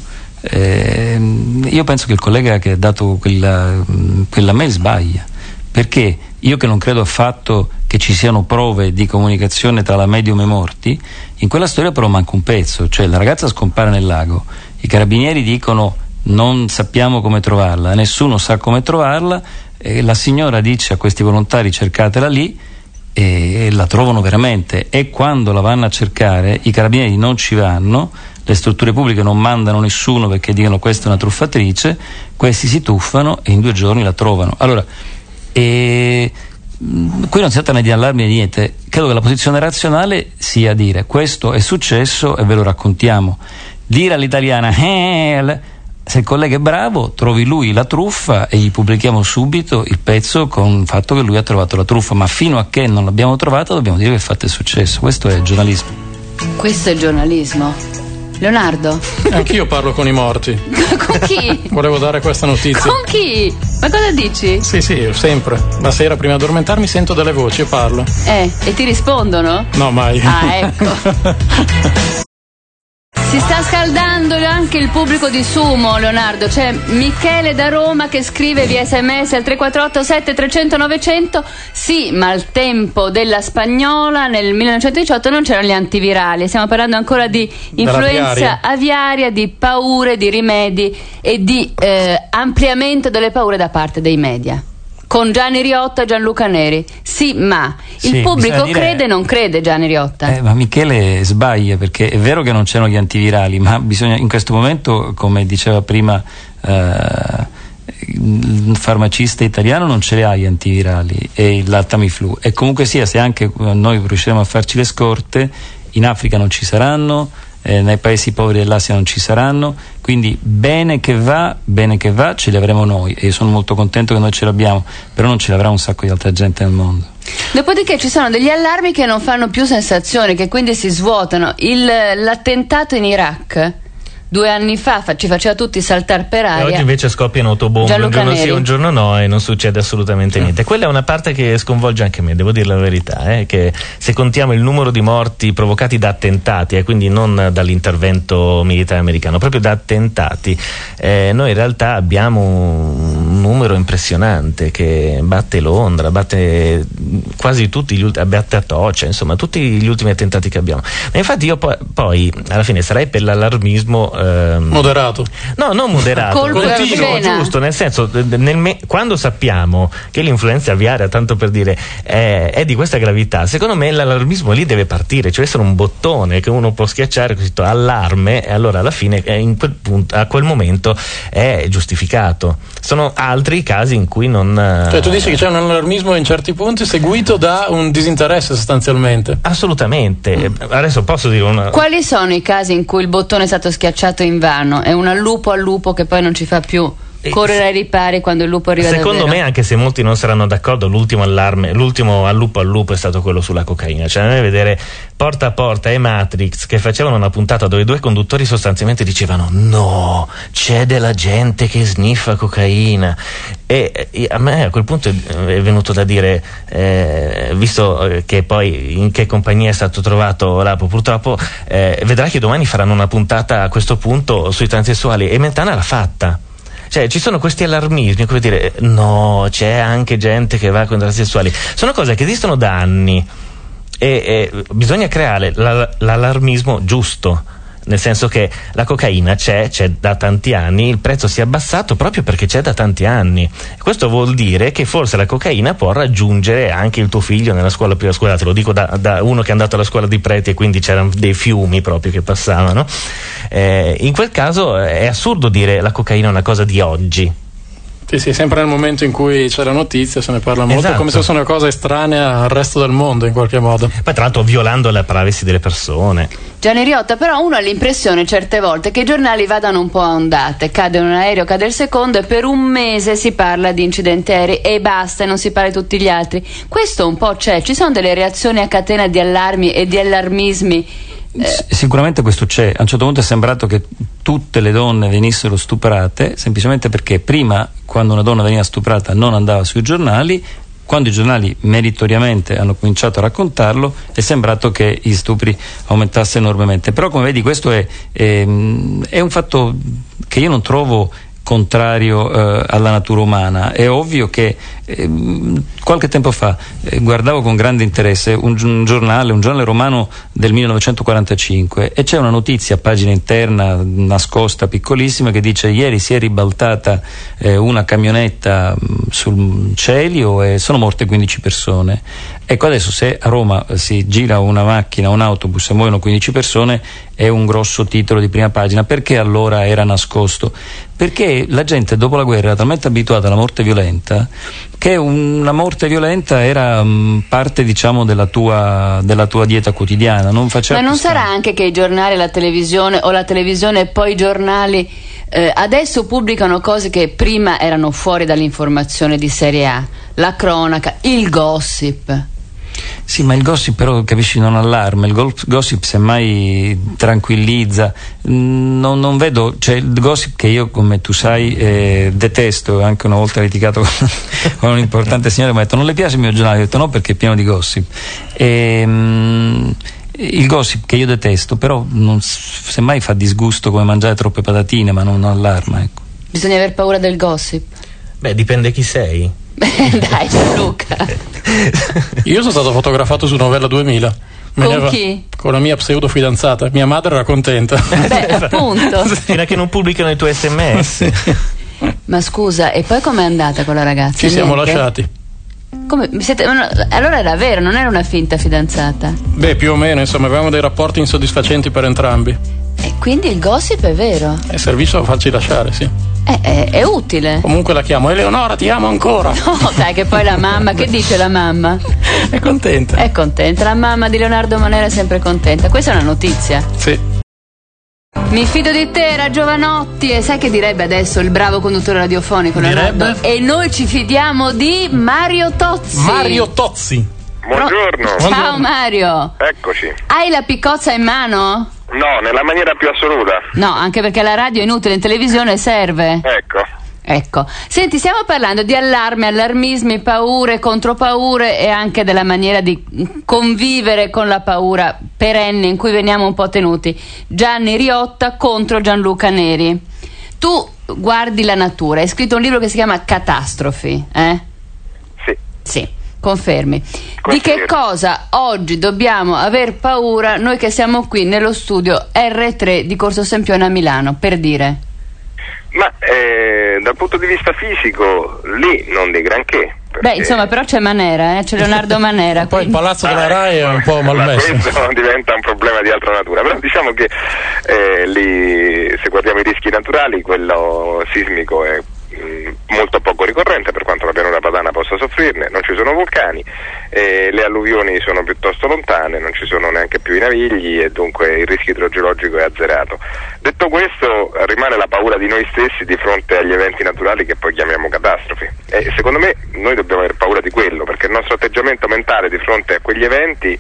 io penso che il collega che ha dato quella mail sbaglia, perché io, che non credo affatto che ci siano prove di comunicazione tra la medium e i morti, in quella storia però manca un pezzo. Cioè la ragazza scompare nel lago, i carabinieri dicono non sappiamo come trovarla, nessuno sa come trovarla, e la signora dice a questi volontari cercatela lì, e la trovano veramente, e quando la vanno a cercare i carabinieri non ci vanno, le strutture pubbliche non mandano nessuno perché dicono questa è una truffatrice, questi si tuffano e in 2 giorni la trovano. Allora, qui non si tratta né di allarmi né di niente. Credo che la posizione razionale sia dire questo è successo e ve lo raccontiamo. Dire all'italiana se il collega è bravo, trovi lui la truffa e gli pubblichiamo subito il pezzo con il fatto che lui ha trovato la truffa, ma fino a che non l'abbiamo trovata dobbiamo dire che il fatto è successo. Questo è giornalismo. Questo è giornalismo. Leonardo? Anch'io parlo con i morti. Con chi? Volevo dare questa notizia. Con chi? Ma cosa dici? Sì, sempre. La sera prima di addormentarmi sento delle voci e parlo. E ti rispondono? No, mai. Ah, ecco. Si sta scaldando anche il pubblico di Sumo, Leonardo. C'è Michele da Roma che scrive via SMS al 348 7300 900. Sì, ma al tempo della Spagnola nel 1918 non c'erano gli antivirali. Stiamo parlando ancora di influenza aviaria, di paure, di rimedi e di ampliamento delle paure da parte dei media. Con Gianni Riotta e Gianluca Neri. Sì, ma il pubblico crede e non crede, Gianni Riotta. Ma Michele sbaglia, perché è vero che non c'erano gli antivirali, ma bisogna in questo momento, come diceva prima il farmacista italiano, non ce li ha gli antivirali e il Tamiflu. E comunque sia, se anche noi riusciremo a farci le scorte, in Africa non ci saranno, nei paesi poveri dell'Asia non ci saranno, quindi bene che va ce li avremo noi, e io sono molto contento che noi ce l'abbiamo, però non ce l'avrà un sacco di altra gente nel mondo. Dopodiché ci sono degli allarmi che non fanno più sensazione, che quindi si svuotano. L'attentato in Iraq 2 anni fa ci faceva tutti saltare per aria. E oggi invece scoppiano autobombe, un giorno sì, un giorno no, e non succede assolutamente niente. Quella è una parte che sconvolge anche me, devo dire la verità, che se contiamo il numero di morti provocati da attentati, quindi non dall'intervento militare americano, proprio da attentati, noi in realtà abbiamo un numero impressionante che batte Londra, batte quasi tutti batte Atocha, insomma tutti gli ultimi attentati che abbiamo. Ma infatti io poi alla fine sarei per l'allarmismo moderato. No, non moderato, continuo, giusto, nel senso, quando sappiamo che l'influenza aviaria, tanto per dire, è di questa gravità, secondo me l'allarmismo lì deve partire, cioè essere un bottone che uno può schiacciare così, allarme, e allora alla fine a quel momento è giustificato. Sono altri casi in cui non... Cioè tu dici che c'è un allarmismo in certi punti seguito da un disinteresse sostanzialmente? Assolutamente. Adesso posso dire una... Quali sono i casi in cui il bottone è stato schiacciato invano? È un allupo al lupo che poi non ci fa più correre ai ripari quando il lupo arriva secondo davvero. Me, anche se molti non saranno d'accordo, l'ultimo allupo al lupo è stato quello sulla cocaina. Cioè noi vedere Porta a Porta e Matrix che facevano una puntata dove 2 conduttori sostanzialmente dicevano no, c'è della gente che sniffa cocaina, e a me a quel punto è venuto da dire, visto che poi in che compagnia è stato trovato Lapo, purtroppo vedrà che domani faranno una puntata a questo punto sui transessuali, e Mentana l'ha fatta. Cioè ci sono questi allarmismi, come dire no, c'è anche gente che va con transessuali. Sono cose che esistono da anni e bisogna creare l'allarmismo giusto, nel senso che la cocaina c'è da tanti anni, il prezzo si è abbassato proprio perché c'è da tanti anni. Questo vuol dire che forse la cocaina può raggiungere anche il tuo figlio nella scuola prima. Scusate, lo dico da uno che è andato alla scuola di preti e quindi c'erano dei fiumi proprio che passavano. In quel caso è assurdo dire la cocaina è una cosa di oggi. Sì, sempre nel momento in cui c'è la notizia se ne parla molto, esatto, come se fosse una cosa estranea al resto del mondo in qualche modo. Poi tra l'altro violando la privacy delle persone. Gianni Riotta, però uno ha l'impressione certe volte che i giornali vadano un po' a ondate, cade un aereo, cade il secondo, e per un mese si parla di incidenti aerei e basta, e non si parla di tutti gli altri. Questo un po' c'è, ci sono delle reazioni a catena di allarmi e di allarmismi. Sicuramente questo c'è. A un certo punto è sembrato che tutte le donne venissero stuprate semplicemente perché prima, quando una donna veniva stuprata, non andava sui giornali. Quando i giornali meritoriamente hanno cominciato a raccontarlo, è sembrato che gli stupri aumentassero enormemente. Però, come vedi, questo è un fatto che io non trovo contrario alla natura umana. È ovvio che qualche tempo fa guardavo con grande interesse un giornale romano del 1945, e c'è una notizia a pagina interna nascosta piccolissima che dice: ieri si è ribaltata una camionetta sul Celio e sono morte 15 persone. Ecco, adesso se a Roma si gira una macchina, un autobus e muoiono 15 persone, è un grosso titolo di prima pagina. Perché allora era nascosto? Perché la gente dopo la guerra era talmente abituata alla morte violenta che una morte violenta era parte, diciamo, della tua dieta quotidiana. Non faceva. Ma non sarà anche che i giornali, la televisione, o la televisione e poi i giornali adesso pubblicano cose che prima erano fuori dall'informazione di serie A, la cronaca, il gossip? Sì, ma il gossip però, capisci, non allarma, il gossip semmai tranquillizza. Non vedo, cioè il gossip che io, come tu sai, detesto. Anche una volta litigato con un importante signore, mi ha detto: non le piace il mio giornale? Ho detto no, perché è pieno di gossip. Il gossip che io detesto, però semmai fa disgusto come mangiare troppe patatine, ma non allarma, ecco. Bisogna aver paura del gossip? Beh, dipende chi sei. Dai, Gianluca. Io sono stato fotografato su Novella 2000. Con chi? Con la mia pseudo fidanzata. Mia madre era contenta. Beh, appunto. Fino a che non pubblicano i tuoi SMS. Ma scusa, e poi com'è andata con la ragazza? Ci siamo lasciati. Come? Allora era vero, non era una finta fidanzata? Beh, più o meno, insomma, avevamo dei rapporti insoddisfacenti per entrambi. E quindi il gossip è vero? È servizio a farci lasciare, sì. È utile. Comunque la chiamo: Eleonora, ti amo ancora. No, dai, che poi la mamma, che dice la mamma? È contenta. È contenta, la mamma di Leonardo Manera è sempre contenta. Questa è una notizia. Sì. Mi fido di te, era Giovanotti. E sai che direbbe adesso il bravo conduttore radiofonico Leonardo? Direbbe? E noi ci fidiamo di Mario Tozzi. Mario Tozzi. Buongiorno. Ciao Mario. Eccoci. Hai la piccozza in mano? No, nella maniera più assoluta. No, anche perché la radio è inutile, in televisione serve. Ecco, senti, stiamo parlando di allarme, allarmismi, paure, contropaure e anche della maniera di convivere con la paura perenne in cui veniamo un po' tenuti. Gianni Riotta contro Gianluca Neri. Tu guardi la natura, hai scritto un libro che si chiama Catastrofi, eh? Sì, confermi. Di che cosa oggi dobbiamo aver paura noi che siamo qui nello studio R3 di Corso Sempione a Milano, per dire? Ma dal punto di vista fisico lì non di granché. Beh, insomma, però c'è Manera, c'è Leonardo Manera. Poi il palazzo della RAI è un po' malmesso. Questo diventa un problema di altra natura, però diciamo che lì, se guardiamo i rischi naturali, quello sismico è molto poco ricorrente, per quanto la pianura padana possa soffrirne. Non ci sono vulcani, le alluvioni sono piuttosto lontane, non ci sono neanche più i navigli e dunque il rischio idrogeologico è azzerato. Detto questo, rimane la paura di noi stessi di fronte agli eventi naturali che poi chiamiamo catastrofi, e secondo me noi dobbiamo aver paura di quello, perché il nostro atteggiamento mentale di fronte a quegli eventi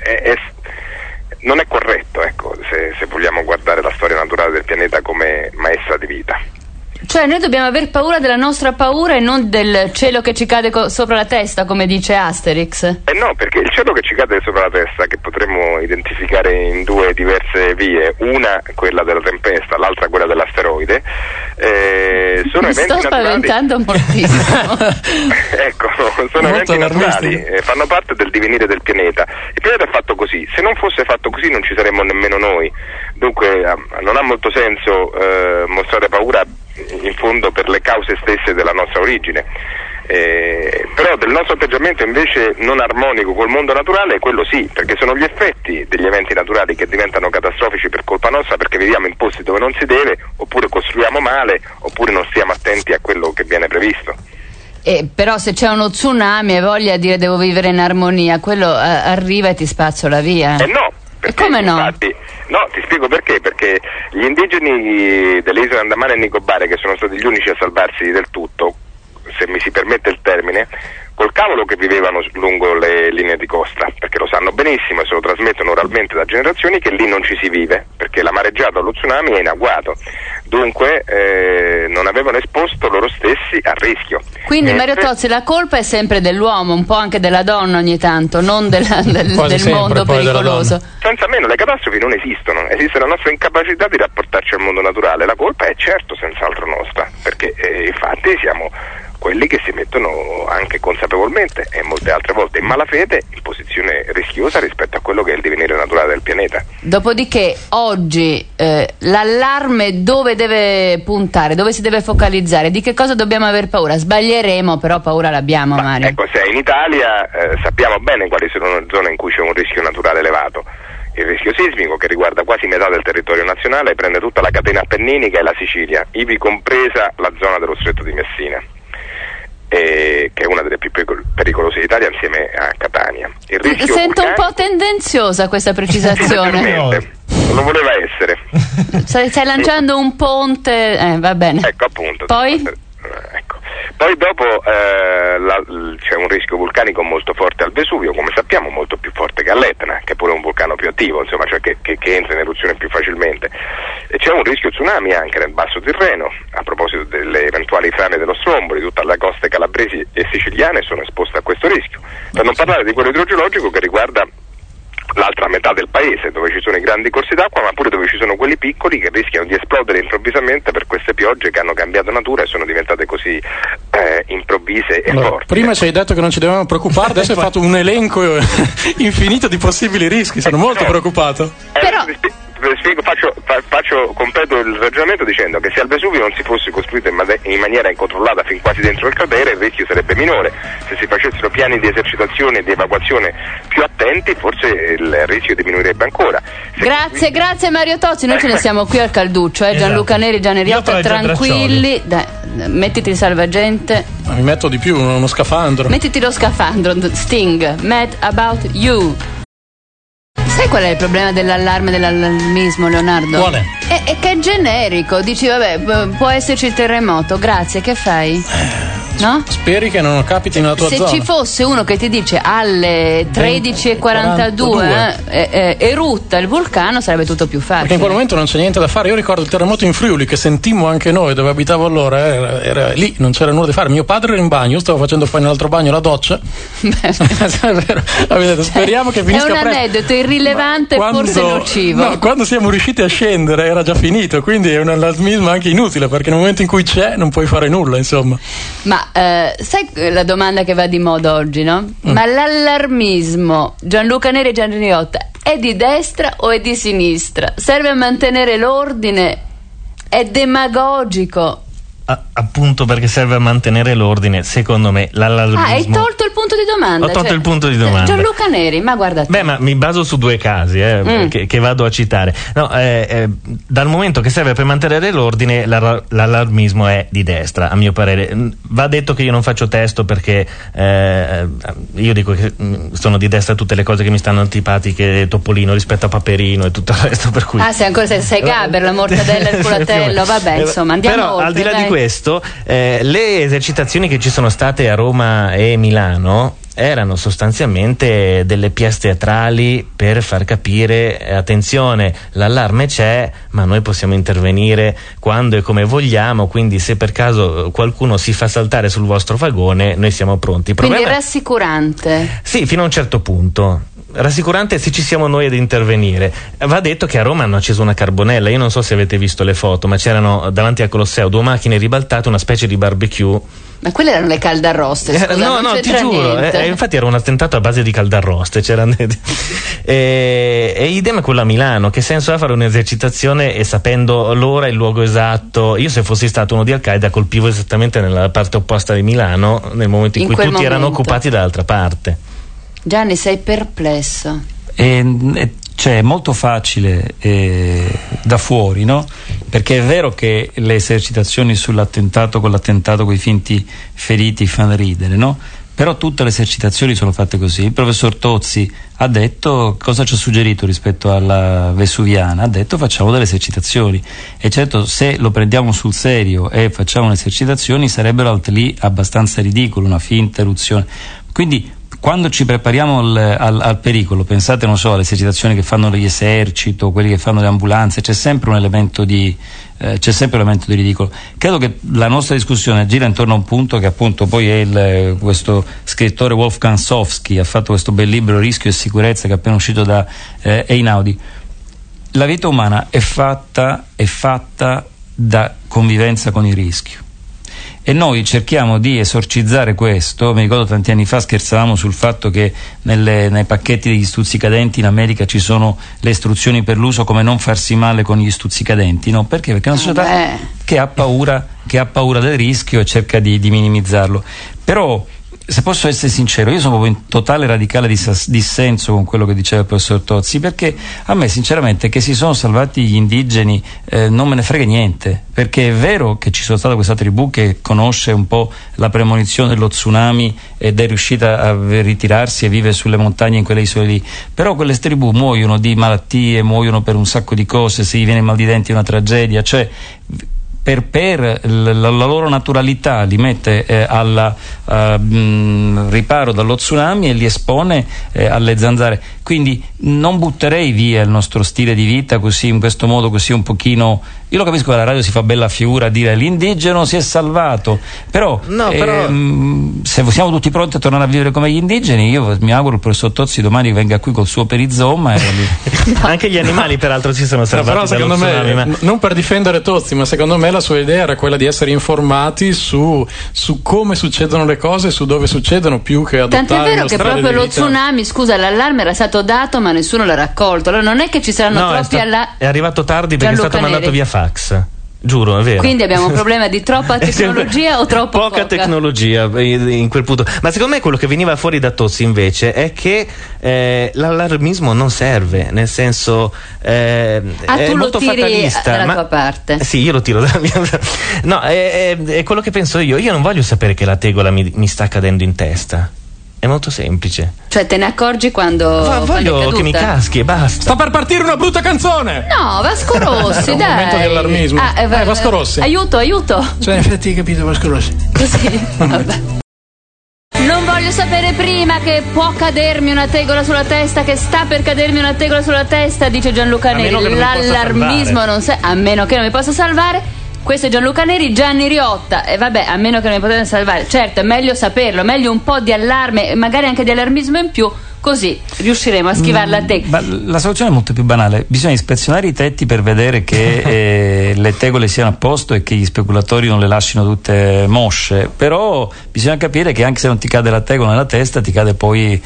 non è corretto, ecco, se vogliamo guardare la storia naturale del pianeta come maestra di vita. Cioè noi dobbiamo aver paura della nostra paura e non del cielo che ci cade sopra la testa, come dice Asterix? No, perché il cielo che ci cade sopra la testa, che potremmo identificare in due diverse vie, una quella della tempesta, l'altra quella dell'asteroide, sono Mi eventi sto spaventando moltissimo. Ecco, sono eventi naturali, fanno parte del divenire del pianeta. Il pianeta è fatto così, se non fosse fatto così non ci saremmo nemmeno noi, dunque non ha molto senso mostrare paura in fondo per le cause stesse della nostra origine, però del nostro atteggiamento invece non armonico col mondo naturale, quello sì, perché sono gli effetti degli eventi naturali che diventano catastrofici per colpa nostra, perché viviamo in posti dove non si deve, oppure costruiamo male, oppure non stiamo attenti a quello che viene previsto. Però se c'è uno tsunami e voglia di dire devo vivere in armonia, quello arriva e ti spazzola via. No. Perché, come no? Infatti, no, ti spiego perché. Perché gli indigeni delle isole Andamane e Nicobare, che sono stati gli unici a salvarsi del tutto, se mi si permette il termine, col cavolo che vivevano lungo le linee di costa, perché lo sanno benissimo e se lo trasmettono oralmente da generazioni che lì non ci si vive, perché la mareggiata o lo tsunami è in agguato. Dunque non avevano esposto loro stessi a rischio. Quindi Mario Tozzi, la colpa è sempre dell'uomo, un po' anche della donna ogni tanto, non del mondo pericoloso. Senza meno le catastrofi non esistono, esiste la nostra incapacità di rapportarci al mondo naturale. La colpa è certo senz'altro nostra, perché infatti siamo quelli che si mettono anche consapevolmente e molte altre volte in malafede in posizione rischiosa rispetto a quello che è il divenire naturale del pianeta. Dopodiché oggi l'allarme dove deve puntare, dove si deve focalizzare, di che cosa dobbiamo aver paura? Sbaglieremo, però paura l'abbiamo, Mario. Ecco, se in Italia sappiamo bene quali sono le zone in cui c'è un rischio naturale elevato. Il rischio sismico, che riguarda quasi metà del territorio nazionale, prende tutta la catena appenninica e la Sicilia, ivi compresa la zona dello Stretto di Messina, che è una delle più pericolose d'Italia insieme a Catania. Il rischio Sento un po' tendenziosa questa precisazione. Non lo voleva essere. Stai lanciando un ponte, va bene. Ecco, appunto. Poi? Ecco. Poi dopo c'è un rischio vulcanico molto forte al Vesuvio, come sappiamo molto più forte che all'Etna, che è pure un vulcano più attivo, insomma, cioè che entra in eruzione più facilmente. E c'è un rischio tsunami anche nel Basso Tirreno, a proposito delle eventuali frane dello Stromboli, tutte le coste calabresi e siciliane sono esposte a questo rischio. Per non parlare di quello idrogeologico che riguarda l'altra metà del paese, dove ci sono i grandi corsi d'acqua, ma pure dove ci sono quelli piccoli che rischiano di esplodere improvvisamente per queste piogge che hanno cambiato natura e sono diventate così improvvise e forti. Prima ci hai detto che non ci dovevamo preoccupare, adesso hai fatto un elenco infinito di possibili rischi, sono molto preoccupato. Però completo il ragionamento dicendo che se al Vesuvio non si fosse costruito in maniera incontrollata fin quasi dentro il cratere, il rischio sarebbe minore. Se si facessero piani di esercitazione e di evacuazione più attenti, forse il rischio diminuirebbe ancora. Grazie Mario Tozzi, noi ce ne siamo qui al calduccio, Gianluca Neri, Gianni Riotta, tranquilli. Dai, mettiti il salvagente. Mi metto di più, uno scafandro. Mettiti lo scafandro, Sting, Mad About You. Sai qual è il problema dell'allarmismo, Leonardo? Qual è? È che è generico, dici vabbè, può esserci il terremoto, grazie, che fai? No? Speri che non capiti nella tua zona. Se ci fosse uno che ti dice alle 13:42 erutta il vulcano, sarebbe tutto più facile. Perché in quel momento non c'è niente da fare. Io ricordo il terremoto in Friuli che sentimmo anche noi dove abitavo allora, era lì, non c'era nulla da fare. Mio padre era in bagno, io stavo facendo poi nell'altro bagno la doccia. Speriamo che finisca presto. È un aneddoto irrilevante, forse nocivo. No, quando siamo riusciti a scendere era già finito, quindi è un allarmismo anche inutile, perché nel momento in cui c'è non puoi fare nulla, insomma. Ma sai la domanda che va di moda oggi, no? Ma l'allarmismo, Gianluca Neri e Gianni Riotta, è di destra o è di sinistra? Serve a mantenere l'ordine? È demagogico? Appunto perché serve a mantenere l'ordine, secondo me l'allarmismo. Hai tolto il punto di domanda. Ho tolto il punto di domanda. Gianluca Neri, ma guarda te. Beh, ma mi baso su due casi che vado a citare. No, dal momento che serve per mantenere l'ordine, l'allarmismo è di destra, a mio parere. Va detto che io non faccio testo perché io dico che sono di destra tutte le cose che mi stanno antipatiche, Topolino rispetto a Paperino e tutto il resto, per cui sei ancora sei Gaber, la mortadella e il culatello, vabbè, insomma, andiamo però, oltre, al di là dai. di questo, le esercitazioni che ci sono state a Roma e Milano erano sostanzialmente delle pièce teatrali per far capire attenzione, l'allarme c'è, ma noi possiamo intervenire quando e come vogliamo, quindi se per caso qualcuno si fa saltare sul vostro vagone, noi siamo pronti. Quindi rassicurante. Sì, fino a un certo punto. Rassicurante se ci siamo noi ad intervenire. Va detto che a Roma hanno acceso una carbonella, io non so se avete visto le foto, ma c'erano davanti al Colosseo 2 macchine ribaltate, una specie di barbecue. Ma quelle erano le caldarroste, scusa, no, ti giuro, infatti era un attentato a base di caldarroste, e idem quello a Milano. Che senso ha fare un'esercitazione e sapendo l'ora e il luogo esatto? Io se fossi stato uno di Al-Qaeda colpivo esattamente nella parte opposta di Milano, nel momento in cui tutti erano occupati dall'altra parte. Gianni, sei perplesso. Cioè, è molto facile da fuori, no? Perché è vero che le esercitazioni sull'attentato, con l'attentato, con i finti feriti fanno ridere, no? Però tutte le esercitazioni sono fatte così. Il professor Tozzi ha detto, cosa ci ha suggerito rispetto alla vesuviana? Ha detto facciamo delle esercitazioni, e certo se lo prendiamo sul serio e facciamo le esercitazioni sarebbero anche lì abbastanza ridicole, una finta eruzione. Quindi quando ci prepariamo al pericolo, pensate, non so, alle esercitazioni che fanno gli esercito, quelli che fanno le ambulanze, c'è sempre un elemento di ridicolo. Credo che la nostra discussione gira intorno a un punto che appunto poi è questo scrittore Wolfgang Sofsky ha fatto questo bel libro Rischio e sicurezza, che è appena uscito da Einaudi. La vita umana è fatta da convivenza con il rischio. E noi cerchiamo di esorcizzare questo. Mi ricordo tanti anni fa scherzavamo sul fatto che nei pacchetti degli stuzzicadenti in America ci sono le istruzioni per l'uso, come non farsi male con gli stuzzicadenti, no? Perché? Perché è una società che ha paura del rischio e cerca di minimizzarlo. Però, se posso essere sincero, io sono proprio in totale radicale dissenso con quello che diceva il professor Tozzi, perché a me sinceramente che si sono salvati gli indigeni non me ne frega niente, perché è vero che ci sono stata questa tribù che conosce un po' la premonizione dello tsunami ed è riuscita a ritirarsi e vive sulle montagne in quelle isole lì, però quelle tribù muoiono di malattie, muoiono per un sacco di cose, se gli viene il mal di denti è una tragedia, cioè per la loro naturalità li mette al riparo dallo tsunami e li espone alle zanzare. Quindi non butterei via il nostro stile di vita così, in questo modo così un pochino. Io lo capisco che la radio si fa bella figura a dire l'indigeno si è salvato, però se siamo tutti pronti a tornare a vivere come gli indigeni, io mi auguro il professor Tozzi domani venga qui col suo perizoma Anche gli animali peraltro si sono salvati, però secondo me, non per difendere Tozzi, ma secondo me la sua idea era quella di essere informati su come succedono le cose, su dove succedono, più che adottare. Tant'è vero che proprio lo tsunami, scusa, l'allarme era stato dato ma nessuno l'ha raccolto. Allora non è che ci saranno troppi allarmi. È arrivato tardi perché è stato mandato via fax. Giuro, è vero. Quindi abbiamo un problema di troppa tecnologia o troppo poca tecnologia in quel punto. Ma secondo me quello che veniva fuori da Tozzi invece è che l'allarmismo non serve, nel senso è tu molto lo tiri fatalista. dalla tua parte. Sì, io lo tiro dalla mia. No, è quello che penso io. Io non voglio sapere che la tegola mi sta cadendo in testa. È molto semplice. Cioè te ne accorgi quando voglio che mi caschi e basta. Sta per partire una brutta canzone. No, Vasco Rossi, dai. Un momento di allarmismo. Vasco Rossi. Aiuto. Cioè in effetti hai capito Vasco Rossi. Così. Vabbè. Non voglio sapere prima che può cadermi una tegola sulla testa, che sta per cadermi una tegola sulla testa, dice Gianluca Neri. L'allarmismo non serve, a meno che non mi possa salvare. Questo è Gianluca Neri. Gianni Riotta, e vabbè, a meno che non mi potete salvare. Certo, è meglio saperlo, meglio un po' di allarme, magari anche di allarmismo in più, così riusciremo a schivare la tegola. La soluzione è molto più banale: bisogna ispezionare i tetti per vedere che le tegole siano a posto e che gli speculatori non le lasciano tutte mosce. Però bisogna capire che anche se non ti cade la tegola nella testa, ti cade poi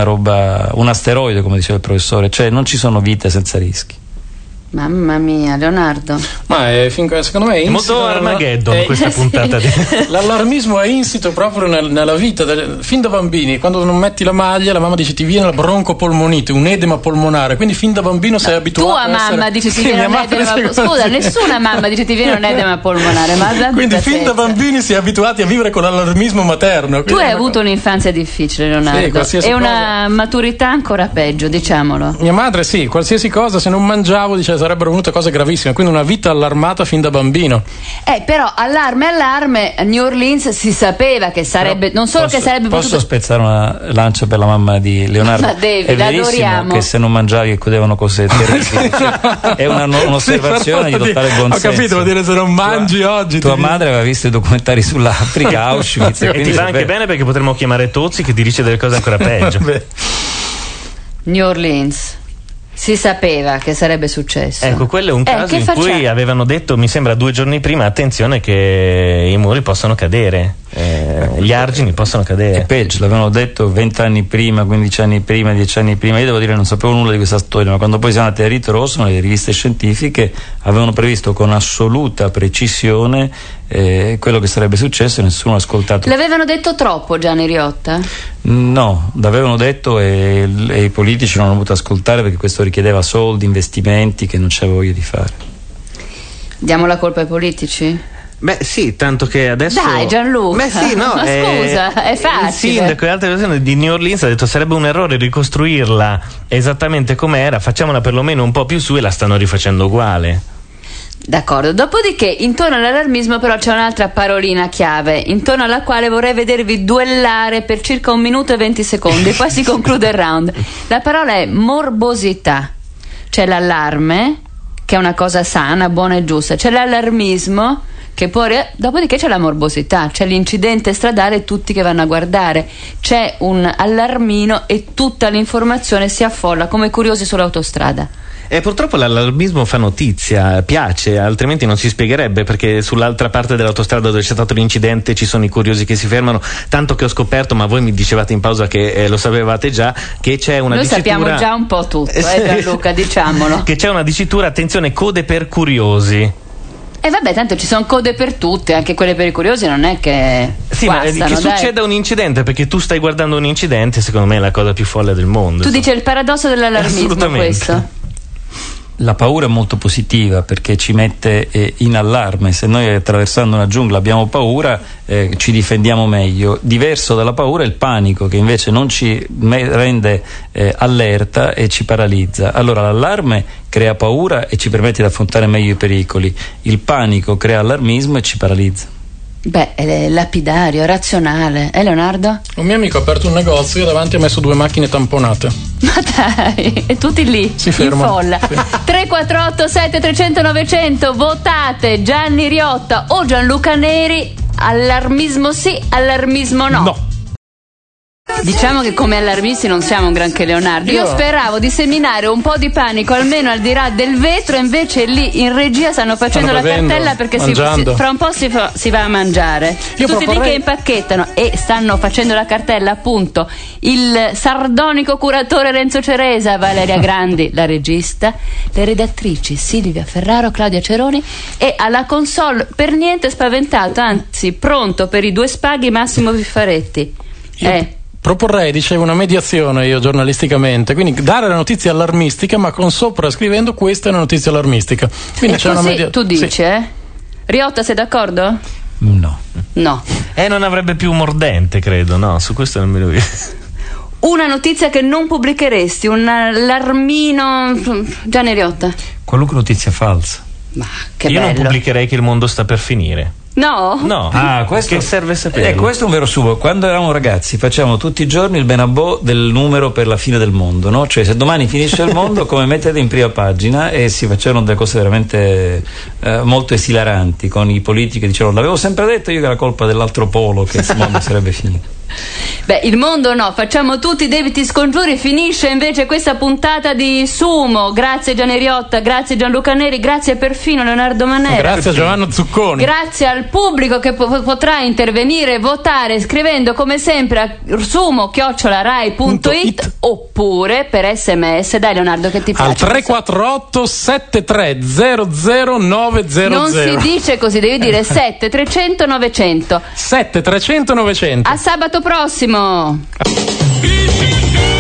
un asteroide, come diceva il professore, cioè non ci sono vite senza rischi. Mamma mia, Leonardo. Ma secondo me è molto Armageddon questa puntata. L'allarmismo è insito proprio nella vita, fin da bambini. Quando non metti la maglia, la mamma dice ti viene la broncopolmonite, un edema polmonare. Quindi fin da bambino sei abituato. Tua mamma dice ti viene un edema polmonare. Scusa, nessuna mamma dice ti viene un edema polmonare. Ma quindi fin da bambini si è abituati a vivere con l'allarmismo materno. Tu hai avuto un'infanzia difficile, Leonardo. Sì, e una maturità ancora peggio, diciamolo. Mia madre sì, qualsiasi cosa, se non mangiavo diceva sarebbero venute cose gravissime, quindi una vita allarmata fin da bambino. Però allarme, a New Orleans si sapeva che sarebbe, non solo che sarebbe potuto. Posso spezzare una lancia per la mamma di Leonardo? Ma David, è verissimo adoriamo. Che se non mangiavi accudevano cose terribili. È un'osservazione di totale buonsenso. Ho capito, vuol dire se non mangi oggi. Tua madre aveva visto i documentari sull'Africa, Auschwitz. E ti va anche bene perché potremmo chiamare Tozzi che ti dice delle cose ancora peggio. New Orleans. Si sapeva che sarebbe successo. Ecco, quello è un caso in cui avevano detto, mi sembra 2 giorni prima, attenzione che i muri possono cadere, gli argini possono cadere. E peggio, l'avevano detto 20 anni prima, 15 anni prima, 10 anni prima. Io devo dire non sapevo nulla di questa storia, ma quando poi siamo andati a ritroso, le riviste scientifiche avevano previsto con assoluta precisione quello che sarebbe successo e nessuno ha ascoltato. L'avevano detto troppo, Gianni Riotta? No, l'avevano detto e i politici non hanno voluto ascoltare perché questo richiedeva soldi, investimenti che non c'avevo voglia di fare. Diamo la colpa ai politici? Beh sì, tanto che adesso. Dai Gianluca. Beh sì, no. Ma scusa, è facile. Il sindaco e altre persone di New Orleans ha detto sarebbe un errore ricostruirla esattamente com'era, facciamola perlomeno un po' più su, e la stanno rifacendo uguale. D'accordo, dopodiché intorno all'allarmismo però c'è un'altra parolina chiave, intorno alla quale vorrei vedervi duellare per circa 1 minuto e 20 secondi, poi si conclude il round. La parola è morbosità. C'è l'allarme, che è una cosa sana, buona e giusta, c'è l'allarmismo, che poi dopodiché c'è la morbosità, c'è l'incidente stradale e tutti che vanno a guardare, c'è un allarmino e tutta l'informazione si affolla come curiosi sull'autostrada. E purtroppo l'allarmismo fa notizia, piace, altrimenti non si spiegherebbe, perché sull'altra parte dell'autostrada dove c'è stato l'incidente ci sono i curiosi che si fermano, tanto che ho scoperto, ma voi mi dicevate in pausa che lo sapevate già, che c'è una dicitura. Noi sappiamo già un po' tutto, Gianluca, diciamolo. Che c'è una dicitura, attenzione, code per curiosi. E vabbè, tanto ci sono code per tutte, anche quelle per i curiosi non è che sì, guastano, ma che succeda un incidente perché tu stai guardando un incidente, secondo me è la cosa più folle del mondo. Tu dici il paradosso dell'allarmismo, questo? La paura è molto positiva perché ci mette in allarme. Se noi attraversando una giungla abbiamo paura, ci difendiamo meglio. Diverso dalla paura è il panico, che invece non ci rende allerta e ci paralizza. Allora l'allarme crea paura e ci permette di affrontare meglio i pericoli. Il panico crea allarmismo e ci paralizza. Beh, è lapidario, razionale. Leonardo? Un mio amico ha aperto un negozio e davanti ha messo 2 macchine tamponate. Ma dai, e tutti lì, si fermano. In folla. Sì. 348 7300 900, votate Gianni Riotta o Gianluca Neri. Allarmismo sì, allarmismo no. No. Diciamo che come allarmisti non siamo un granché, Leonardo. Io speravo di seminare un po' di panico almeno al di là del vetro, invece lì in regia stanno facendo la cartella perché fra un po' si va a mangiare. Tutti lì che impacchettano e stanno facendo la cartella, appunto, il sardonico curatore Renzo Ceresa, Valeria Grandi, la regista, le redattrici Silvia Ferraro, Claudia Ceroni e alla console per niente spaventato, anzi pronto per i 2 spaghi Massimo Vifaretti. Proporrei, dicevo, una mediazione io giornalisticamente, quindi dare la notizia allarmistica ma con sopra scrivendo questa è una notizia allarmistica. Quindi c'è così una tu dici, Riotta, sei d'accordo? No. Non avrebbe più mordente, credo, no, su questo non me lo vedo. Una notizia che non pubblicheresti, un allarmino, Gianni Riotta? Qualunque notizia falsa. Ma che io bello. non pubblicherei che il mondo sta per finire. No? Questo, che serve sapere? Questo è un vero sugo. Quando eravamo ragazzi facevamo tutti i giorni il benabò del numero per la fine del mondo, no? Cioè, se domani finisce il mondo, come mettete in prima pagina, e si facevano delle cose veramente molto esilaranti con i politici che dicevano: l'avevo sempre detto io che era colpa dell'altro polo che il mondo sarebbe finito. Beh, il mondo no, facciamo tutti i debiti scongiuri. Finisce invece questa puntata di Sumo. Grazie Gianni Riotta, grazie Gianluca Neri, grazie perfino Leonardo Manera. Grazie a Giovanni Zucconi. Grazie al pubblico che potrà intervenire e votare scrivendo come sempre a sumo@rai.it oppure per SMS. Dai Leonardo, che ti piace? Al 348 7300 900. Non si dice così, devi dire 7300 900. 7300 900. A sabato prossimo.